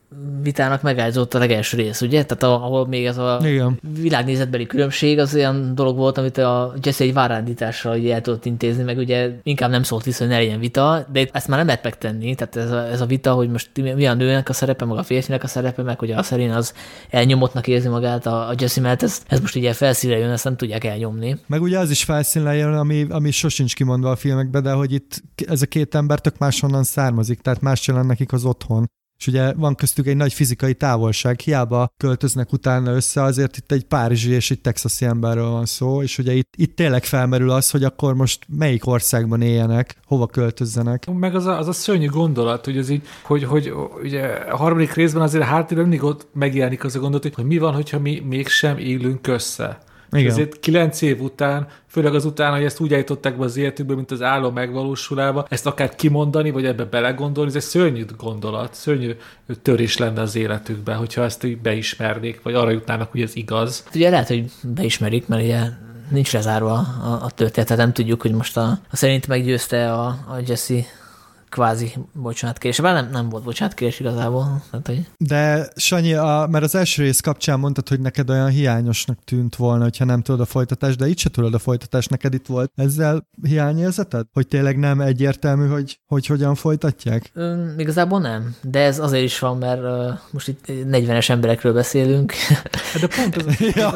vitának megállított a legelső rész, ugye? Tehát ahol még ez a világnézetbeli különbség az olyan dolog volt, amit a Jesse egy várándítással el tudott intézni, meg ugye inkább nem szólt vissza, hogy ne legyen vita, de ezt már nem lehet megtenni. Tehát ez a vita, hogy most mi a nőnek a szerepe, meg a férfinek a szerepe, meg hogy a Serena az elnyomottnak érzi magát a Jesse mellett, ez most ugye felszínre jön, ezt nem tudják elnyomni. Meg ugye az is felszínre jön, ami sosincs kimondva a filmekben, de hogy itt ez a két ember tök máshonnan származik, tehát más jelent nekik az otthon. És ugye van köztük egy nagy fizikai távolság, hiába költöznek utána össze, azért itt egy párizsi és egy texasi emberről van szó, és ugye itt tényleg felmerül az, hogy akkor most melyik országban éljenek, hova költözzenek. Meg az a szörnyű gondolat, hogy ez így, hogy ugye a harmadik részben azért háttérben mindig ott megjelenik az a gondolat, hogy mi van, hogyha mi mégsem élünk össze. Igen. Ezért 9 év után, főleg azután, hogy ezt úgy állították be az életükbe, mint az álom megvalósulába, ezt akár kimondani, vagy ebbe belegondolni, ez egy szörnyű gondolat, szörnyű törés lenne az életükben, hogyha ezt beismernék, vagy arra jutnának, hogy ez igaz. Ugye lehet, hogy beismerik, mert ugye nincs lezárva a történet, tehát nem tudjuk, hogy most a szerint meggyőzte a Jesse kvázi bocsánatkérés. Bár nem volt bocsánatkérés igazából. Tehát, hogy... De Sanyi, mert az első rész kapcsán mondtad, hogy neked olyan hiányosnak tűnt volna, hogyha nem tudod a folytatást, de itt se tudod a folytatást, neked itt volt ezzel hiányérzeted? Hogy tényleg nem egyértelmű, hogy hogyan folytatják? Igazából nem, de ez azért is van, mert most itt 40-es emberekről beszélünk. De pont ez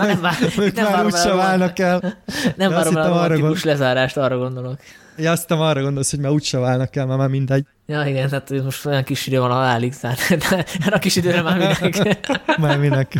ők már úgysem válnak el. Nem várom el a romantikus lezárást, arra gondolok. Ja, aztán arra gondolsz, hogy már úgyse válnak el, már mindegy. Ja, igen, tehát most olyan kis idő van a halálig, tehát a kis időre már minek. Már minek.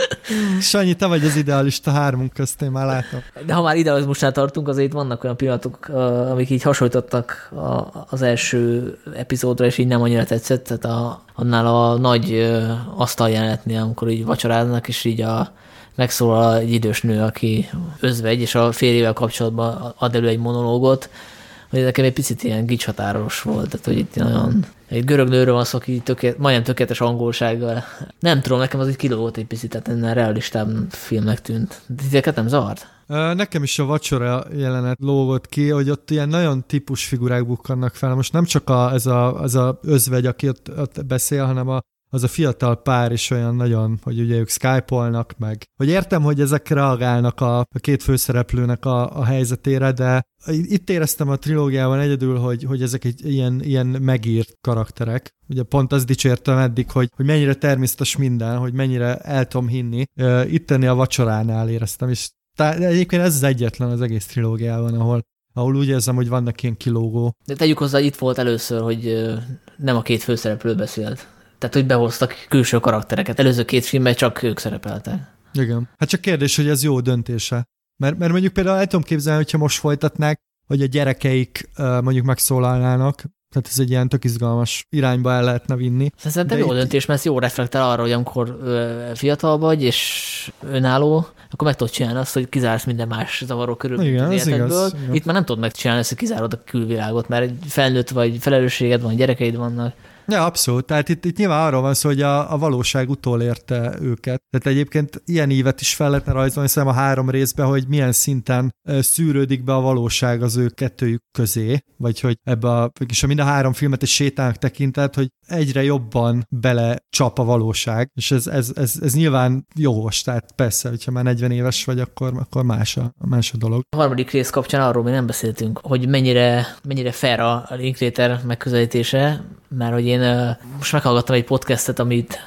Sanyi, te vagy az idealista hármunk közt, én már látom. De ha már idealizmusnál tartunk, azért vannak olyan pillanatok, amik így hasonlítottak az első epizódra, és így nem annyira tetszett, tehát annál a nagy asztaljelenetnél, amikor így vacsoráznak, és így megszólal egy idős nő, aki özvegy, és a férjével kapcsolatban ad elő egy monológot, hogy nekem egy picit ilyen gicshatáros volt, tehát hogy itt nagyon egy görög nőről van szó, aki majdnem tökéletes angolsággal. Nem tudom, nekem az így kilógott egy picit, tehát ennél realistább filmnek tűnt. Titeket nem zavart? Nekem is a vacsora jelenet lógott ki, hogy ott ilyen nagyon típus figurák bukkannak fel. Most nem csak az a özvegy, aki ott beszél, hanem az a fiatal pár is olyan nagyon, hogy ugye ők skype-olnak meg. Hogy értem, hogy ezek reagálnak a két főszereplőnek a helyzetére, de itt éreztem a trilógiában egyedül, hogy ezek egy ilyen megírt karakterek. Ugye pont azt dicsértem eddig, hogy mennyire természetes minden, hogy mennyire el tudom hinni. Itteni a vacsoránál éreztem, és egyébként ez az egyetlen az egész trilógiában, ahol úgy érzem, hogy vannak ilyen kilógó. De tegyük hozzá, itt volt először, hogy nem a két főszereplő beszélt. Tehát, hogy behoztak külső karaktereket. Előző két filmben csak ők szerepeltek. Igen. Hát csak kérdés, hogy ez jó döntése. Mert mondjuk például el tudom képzelni, hogyha most folytatnák, hogy a gyerekeik mondjuk megszólalnának, tehát ez egy ilyen tök izgalmas irányba el lehetne vinni. Szerintem jó döntés, mert ez jó reflektál arra, hogy amikor fiatal vagy, és önálló, akkor meg tudod csinálni azt, hogy kizársz minden más zavaró körülbelül az életedből. Itt már nem tudod megcsinálni ezt, hogy kizárod a külvilágot, mert egy felnőtt vagy, felelősséged van, gyerekeid vannak. Ja, abszolút. Tehát itt nyilván arról van szó, hogy a valóság utolérte őket. Tehát egyébként ilyen ívet is fel lehetne rajzolni, szerintem a 3 részben, hogy milyen szinten szűrődik be a valóság az ő kettőjük közé, vagy hogy és mind a 3 filmet egy sétának tekintett, hogy egyre jobban bele csap a valóság, és ez nyilván jogos, tehát persze, hogyha már 40 éves vagy, akkor más a dolog. A harmadik rész kapcsán arról még nem beszéltünk, hogy mennyire fair a Linklater megközelítése, mert hogy én most meghallgattam egy podcastet, amit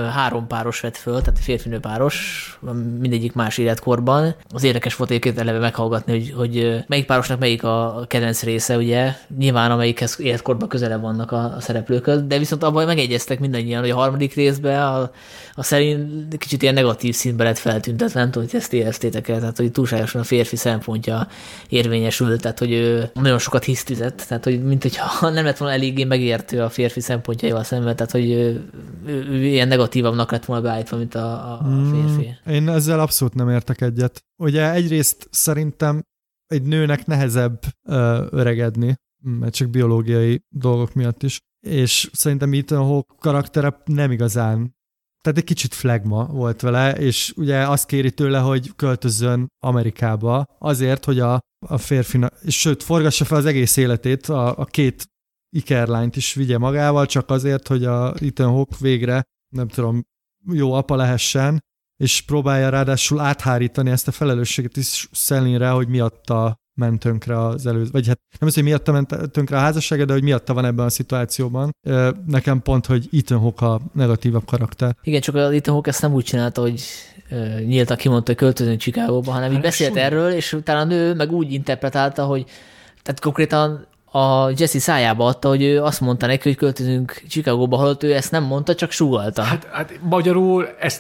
3 páros vett föl, tehát férfinő páros, mindegyik más életkorban. Az érdekes volt egyébként eleve meghallgatni, hogy melyik párosnak melyik a kedvenc része, ugye, nyilván amelyikhez életkorban közelebb vannak a szereplőköz, de viszont abban megegyeztek mindannyian, hogy a harmadik részben a szerint kicsit ilyen negatív színbe lett feltüntetve, nem tudom, hogy ezt éreztétek el, tehát hogy túlságosan a férfi szempontja érvényesült, tehát hogy ő nagyon sokat hisztizett, tehát hogy mint hogyha nem lett volna eléggé megértő a férfi szempontjaival szemben, tehát hogy ő ilyen negatívabbnak lett volna beállítva, mint a férfi. Én ezzel abszolút nem értek egyet. Ugye egyrészt szerintem egy nőnek nehezebb öregedni, mert csak biológiai dolgok miatt is, és szerintem Ethan Hawke karaktere nem igazán, tehát egy kicsit flegma volt vele, és ugye azt kéri tőle, hogy költözzön Amerikába azért, hogy a férfinak, és sőt, forgassa fel az egész életét, a két ikerlányt is vigye magával, csak azért, hogy a Ethan Hawke végre nem tudom, jó apa lehessen, és próbálja ráadásul áthárítani ezt a felelősséget is Celine-re, hogy miatta ment tönkre az előző, vagy hát nem az, hogy miatta ment tönkre a házassága, de hogy miatta van ebben a szituációban. Nekem pont, hogy Ethan Hawke a negatívabb karakter. Igen, csak az Ethan Hawke ezt nem úgy csinálta, hogy nyíltan kimondta, hogy költözünk Chicagóba, hanem így beszélt erről, és utána a nő meg úgy interpretálta, hogy tehát konkrétan a Jesse szájába adta, hogy ő azt mondta neki, hogy költözünk Chicagóba, holott ő ezt nem mondta, csak sugallta. Hát magyarul ezt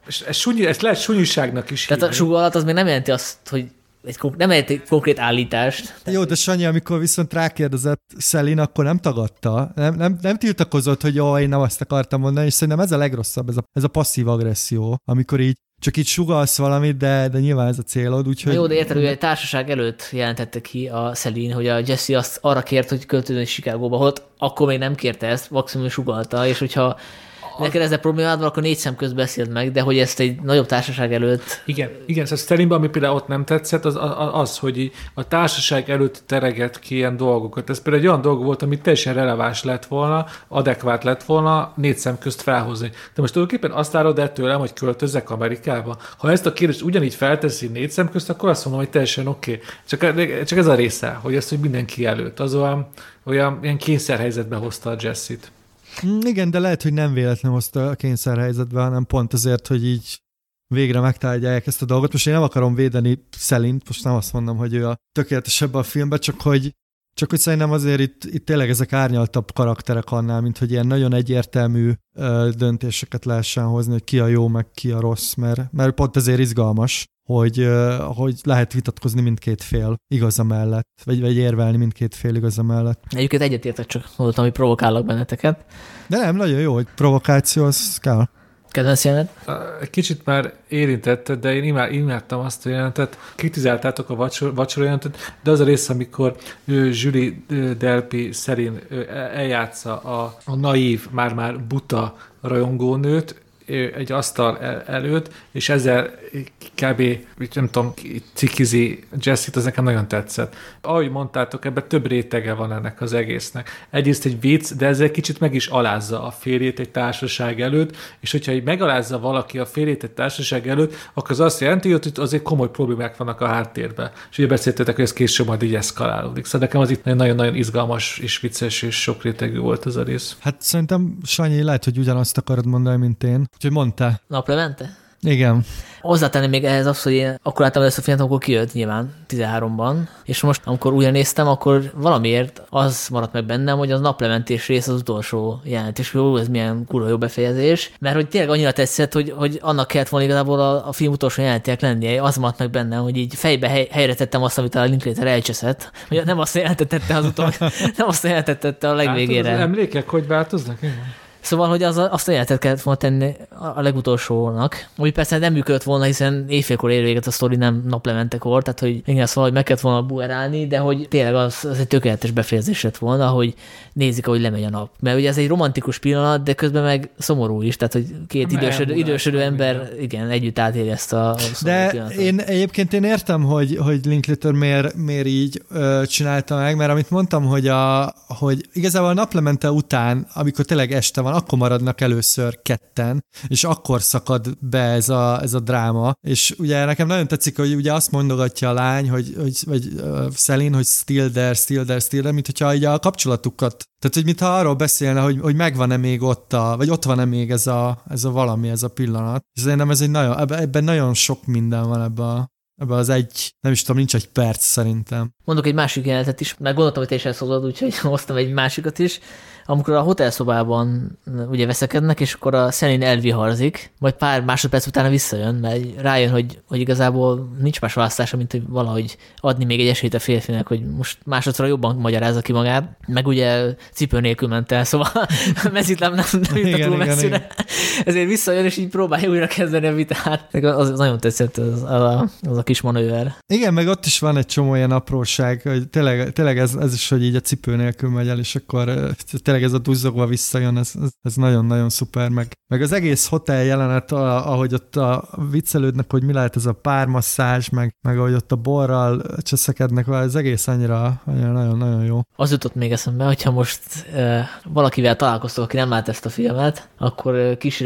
lehet sunyiságnak is tehát hívni. A sugallat az még nem jelenti azt, hogy nem egy konkrét állítást. Jó, de Sanyi, amikor viszont rákérdezett Celine, akkor nem tagadta, nem tiltakozott, hogy jó, én nem azt akartam mondani, és szerintem ez a legrosszabb, ez a passzív agresszió, amikor így csak így sugalsz valamit, de nyilván ez a célod, úgyhogy... Jó, de érted, hogy egy társaság előtt jelentette ki a Celine, hogy a Jesse azt arra kért, hogy költözön Chicagóba, holott akkor még nem kérte ezt, maximum sugalta, és hogyha neked ezzel problémád van, akkor 4 szem közt beszélt meg, de hogy ezt egy nagyobb társaság előtt... Igen, szóval Celine-ben, ami például ott nem tetszett, az, hogy a társaság előtt tereget ki ilyen dolgokat. Ez például egy olyan dolog volt, ami teljesen releváns lett volna, adekvát lett volna 4 szem közt felhozni. De most tulajdonképpen azt várod el tőlem, hogy költözzek Amerikába. Ha ezt a kérdést ugyanígy felteszi 4 szem közt, akkor azt mondom, hogy teljesen oké. Csak ez a része, hogy ezt, hogy mindenki előtt. Az olyan ilyen kényszerhelyzetbe hozta a Jessit. Igen, de lehet, hogy nem véletlenül hozta a kényszerhelyzetbe, hanem pont azért, hogy így végre megtárgyalják ezt a dolgot. Most én nem akarom védeni Celine-t, most nem azt mondom, hogy ő a tökéletesebb a filmben, csak hogy szerintem azért itt tényleg ezek árnyaltabb karakterek annál, mint hogy ilyen nagyon egyértelmű döntéseket lehessen hozni, hogy ki a jó, meg ki a rossz, mert pont ezért izgalmas, hogy lehet vitatkozni mindkét fél igaza mellett, vagy érvelni mindkét fél igaza mellett. Egyébként egyetértek, csak mondtam, hogy provokálok benneteket. De nem, nagyon jó, hogy provokáció, az kell. Kedvenc jelenet? Kicsit már érintetted, de én imádtam azt a jelentet. Kritizáltátok a vacsora jelentet, de az a rész, amikor Julie Delpy szerint eljátsza a naív, már buta rajongónőt egy asztal előtt, és ezzel kb. Nem tudom, cikizi Jessit, az nekem nagyon tetszett. Ahogy mondtátok, ebben több rétege van ennek az egésznek. Egyrészt egy vicc, de ezzel kicsit meg is alázza a férjét egy társaság előtt, és hogyha így megalázza valaki a férjét egy társaság előtt, akkor az azt jelenti, hogy azért komoly problémák vannak a háttérben. És ugye beszéltetek, hogy ez később majd így eszkalálódik. Szóval nekem az itt nagyon-nagyon izgalmas és vicces és sok rétegű volt ez a rész. Hát szerintem, Sanyi, lehet, hogy ugyanazt akarod mondani, mint én. Úgyhogy mondta. Naplemente? Igen. Hozzátenni még ehhez azt, hogy én akkor láttam ezt a filmet, amikor kijött nyilván 13-ban, és most amikor újra néztem, akkor valamiért az maradt meg bennem, hogy az naplementés rész az utolsó jelent, és ez milyen kurva jó befejezés, mert hogy tényleg annyira tetszett, hogy annak kellett volna igazából a film utolsó jelentének lennie, az maradt meg bennem, hogy így fejbe helyre tettem azt, amit a Linklater elcseszett, hogy nem azt jelentette nem azt jelentette a legvégére. Hát az emlékek hogy változnak? Szóval, hogy azt a jelentet kellett volna tenni a legutolsónak, ami persze nem működött volna, hiszen éjfélkor ér véget a sztori, nem naplementekor, tehát hogy igen, szóval, hogy meg kellett volna buerálni, de hogy tényleg az egy tökéletes befejezés lett volna, hogy nézik, ahogy lemegy a nap. Mert ugye ez egy romantikus pillanat, de közben meg szomorú is, tehát hogy két idősödő ember igen, együtt átéli ezt a de pillanatot. Én értem, hogy Linklater miért így csinálta meg, mert amit mondtam, hogy igazából a naplemente után, amikor tényleg este van, akkor maradnak először ketten, és akkor szakad be ez a dráma. És ugye nekem nagyon tetszik, hogy ugye azt mondogatja a lány, vagy Celine, hogy still there, mint hogyha így a kapcsolatukat, tehát hogy mintha arról beszélne, hogy megvan-e még ott, vagy ott van-e még ez a valami, ez a pillanat. És szerintem ez ebben nagyon sok minden van ebben az nem is tudom, nincs egy perc szerintem. Mondok egy másik jelenetet is, mert gondoltam, hogy te is elszólod, úgyhogy hoztam egy másikat is. Amikor a hotelszobában ugye veszekednek, és akkor a Celine elviharzik, majd pár másodperc utána visszajön, mert rájön, hogy igazából nincs más választása, mint hogy valahogy adni még egy esélyt a férfinek, hogy most másodszor jobban magyarázza ki magát, meg ugye cipő nélkül ment el, szóval mezitláb nem jut túl messzire. Igen. Ezért visszajön, és így próbálja újra kezdeni a vitát. Az nagyon tetszett az a kis manőver. Igen, meg ott is van egy csomó ilyen apróság, hogy tényleg ez is, hogy így a cipő nélkül megy el, és akkor tényleg ez a duzzogva visszajön, ez nagyon-nagyon szuper, meg az egész hotel jelenet, ahogy ott viccelődnek, hogy mi lehet ez a pármasszázs, meg ahogy ott a borral cseszekednek, ez egész annyira nagyon-nagyon jó. Az jutott még eszembe, hogyha most valakivel találkoztok, aki nem lát ezt a filmet, akkor kis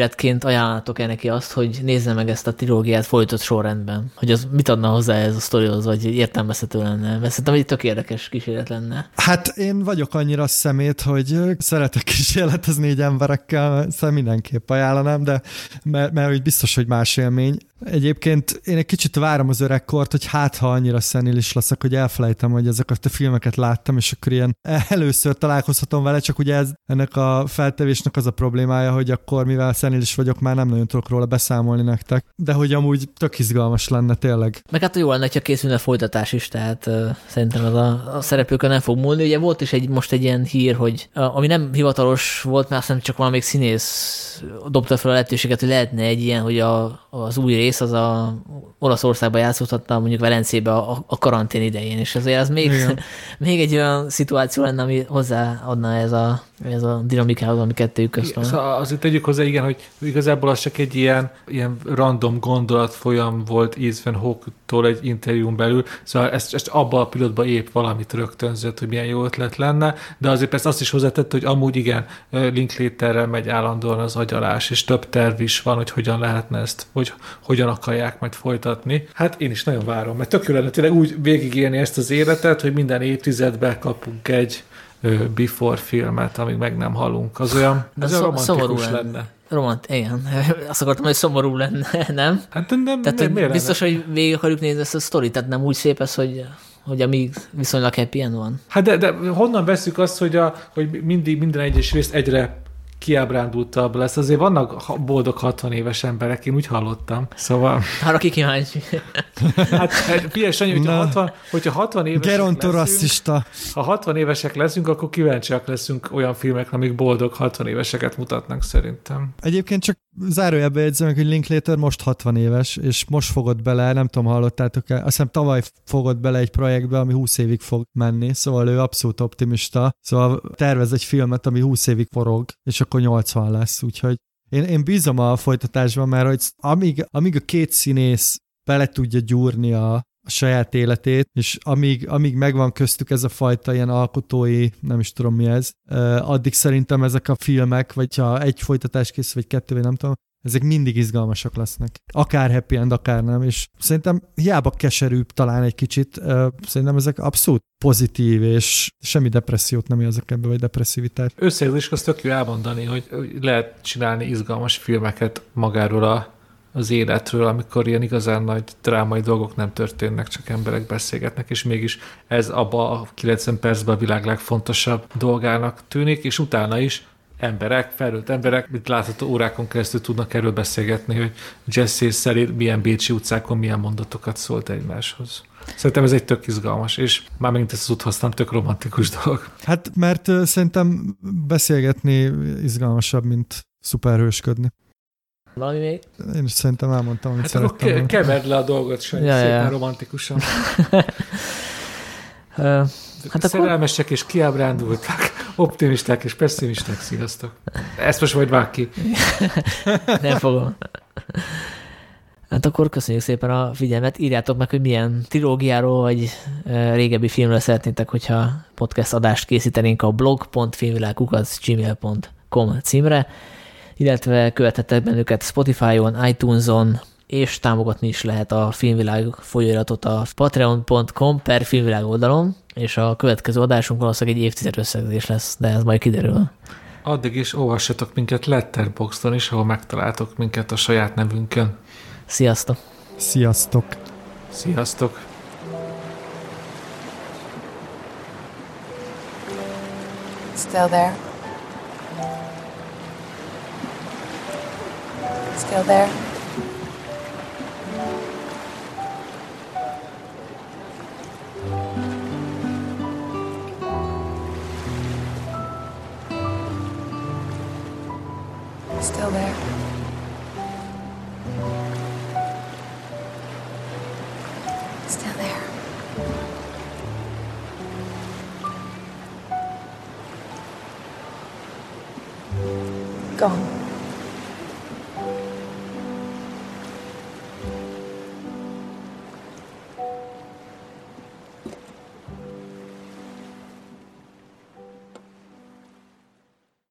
kísérletként ajánlatok-e neki azt, hogy nézze meg ezt a trilógiát folytott sorrendben? Hogy az mit adna hozzá ez a sztorihoz, vagy értelmezhető lenne? Mert szerintem egy tök érdekes kísérlet lenne. Hát én vagyok annyira szemét, hogy szeretek kísérletezni így emberekkel, szóval mindenképp ajánlanám, de mert hogy biztos, hogy más élmény. Egyébként én egy kicsit várom az öregkort, hogy ha annyira szenilis leszek, hogy elfelejtem, hogy ezeket a filmeket láttam, és akkor ilyen először találkozhatom vele, csak ugye ennek a feltevésnek az a problémája, hogy akkor, mivel szenilis vagyok, már nem nagyon tudok róla beszámolni nektek, de hogy amúgy tök izgalmas lenne tényleg. Meg hát jó lenne, ha készülne folytatás is, tehát szerintem ez a szereplőkön nem fog múlni. Ugye volt is most egy ilyen hír, hogy ami nem hivatalos volt, mert azt csak valamelyik színész dobta fel a lehetőséget, hogy lehetne egy ilyen, hogy az új rész az a Olaszországban játszódhatna, mondjuk Velencébe a karantén idején, és azért az még egy olyan szituáció lenne, ami hozzáadna ez a dinamikához, ami kettőjük közt van. Szóval azért tegyük hozzá, igen, hogy igazából az csak egy ilyen random gondolatfolyam volt Ethan Hawke-tól egy interjún belül, szóval ezt abban a pillanatban épp valamit rögtönzött, hogy milyen jó ötlet lenne, de azért persze azt is hozzátett, hogy amúgy igen, Linklaterrel megy állandóan az agyalás, és több terv is van, hogy hogyan lehetne ezt, hogy hogyan akarják majd folytatni. Hát én is nagyon várom, mert tök jó lenne tényleg úgy végigélni ezt az életet, hogy minden évtizedben kapunk egy Before filmet, amíg meg nem halunk. Az olyan romantikus lenne. Igen. Azt akartam, hogy szomorú lenne, nem? Hát nem, tehát biztos, hogy végig akarjuk nézni ezt a sztorit, tehát nem úgy szép ez, hogy amíg viszonylag happy end van. Hát de honnan veszük azt, hogy mindig minden egyes részt egyre kiábrándultabb lesz. Azért vannak boldog 60 éves emberek, én úgy hallottam. Szóval... Hát aki kíváncsi. Hát figyelj, Sanyi, hogyha 60 évesek leszünk, ha 60 évesek leszünk, akkor kíváncsiak leszünk olyan filmekre, amik boldog 60 éveseket mutatnak szerintem. Egyébként csak zárójelbe jegyzem, hogy Linklater most 60 éves, és most fogott bele, nem tudom, hallottátok-e, azt hiszem tavaly fogott bele egy projektbe, ami 20 évig fog menni, szóval ő abszolút optimista, szóval tervez egy filmet, ami 20 évig forog, és akkor 80 lesz, úgyhogy én bízom a folytatásban, mert hogy amíg a két színész bele tudja gyúrni a saját életét, és amíg megvan köztük ez a fajta ilyen alkotói, nem is tudom mi ez, addig szerintem ezek a filmek, vagy ha egy folytatás készül, vagy kettő, vagy nem tudom, ezek mindig izgalmasak lesznek. Akár happy end, akár nem, és szerintem hiába keserűbb talán egy kicsit, szerintem ezek abszolút pozitív, és semmi depressziót nem érzek ebből, vagy depresszivitás. Összegzés azt tök jó elmondani, hogy lehet csinálni izgalmas filmeket magáról az életről, amikor ilyen igazán nagy drámai dolgok nem történnek, csak emberek beszélgetnek, és mégis ez abba a 90 percben a világ legfontosabb dolgának tűnik, és utána is felnőtt emberek, mint látható órákon keresztül tudnak erről beszélgetni, hogy Jesse és Sally milyen bécsi utcákon milyen mondatokat szólt egymáshoz. Szerintem ez egy tök izgalmas, és már megint ezt az út használom, tök romantikus dolog. Hát, mert szerintem beszélgetni izgalmasabb, mint szuperhősködni. Valami még? Én is szerintem elmondtam, amit szerettem. Hát akkor keverd le a dolgot, szépen romantikusan. Hát szerelmesek és kiábrándultak, optimisták és pessimisták, sziasztok. Ezt most majd vág ki. Nem fogom. Hát akkor köszönjük szépen a figyelmet. Írjátok meg, hogy milyen trilógiáról vagy régebbi filmről szeretnétek, hogyha podcast adást készítenénk a blog.filmvilág@gmail.com címre, illetve követhettek bennünket Spotify-on, iTunes-on, és támogatni is lehet a Filmvilág folyóiratot a patreon.com/filmvilág oldalon, és a következő adásunk valószínűleg egy évtized összegzés lesz, de ez majd kiderül. Addig is olvassatok minket Letterboxdon is, ahol megtaláltok minket a saját nevünkön. Sziasztok! Sziasztok! Sziasztok! Still there? Still there? Still there? Still there? Gone.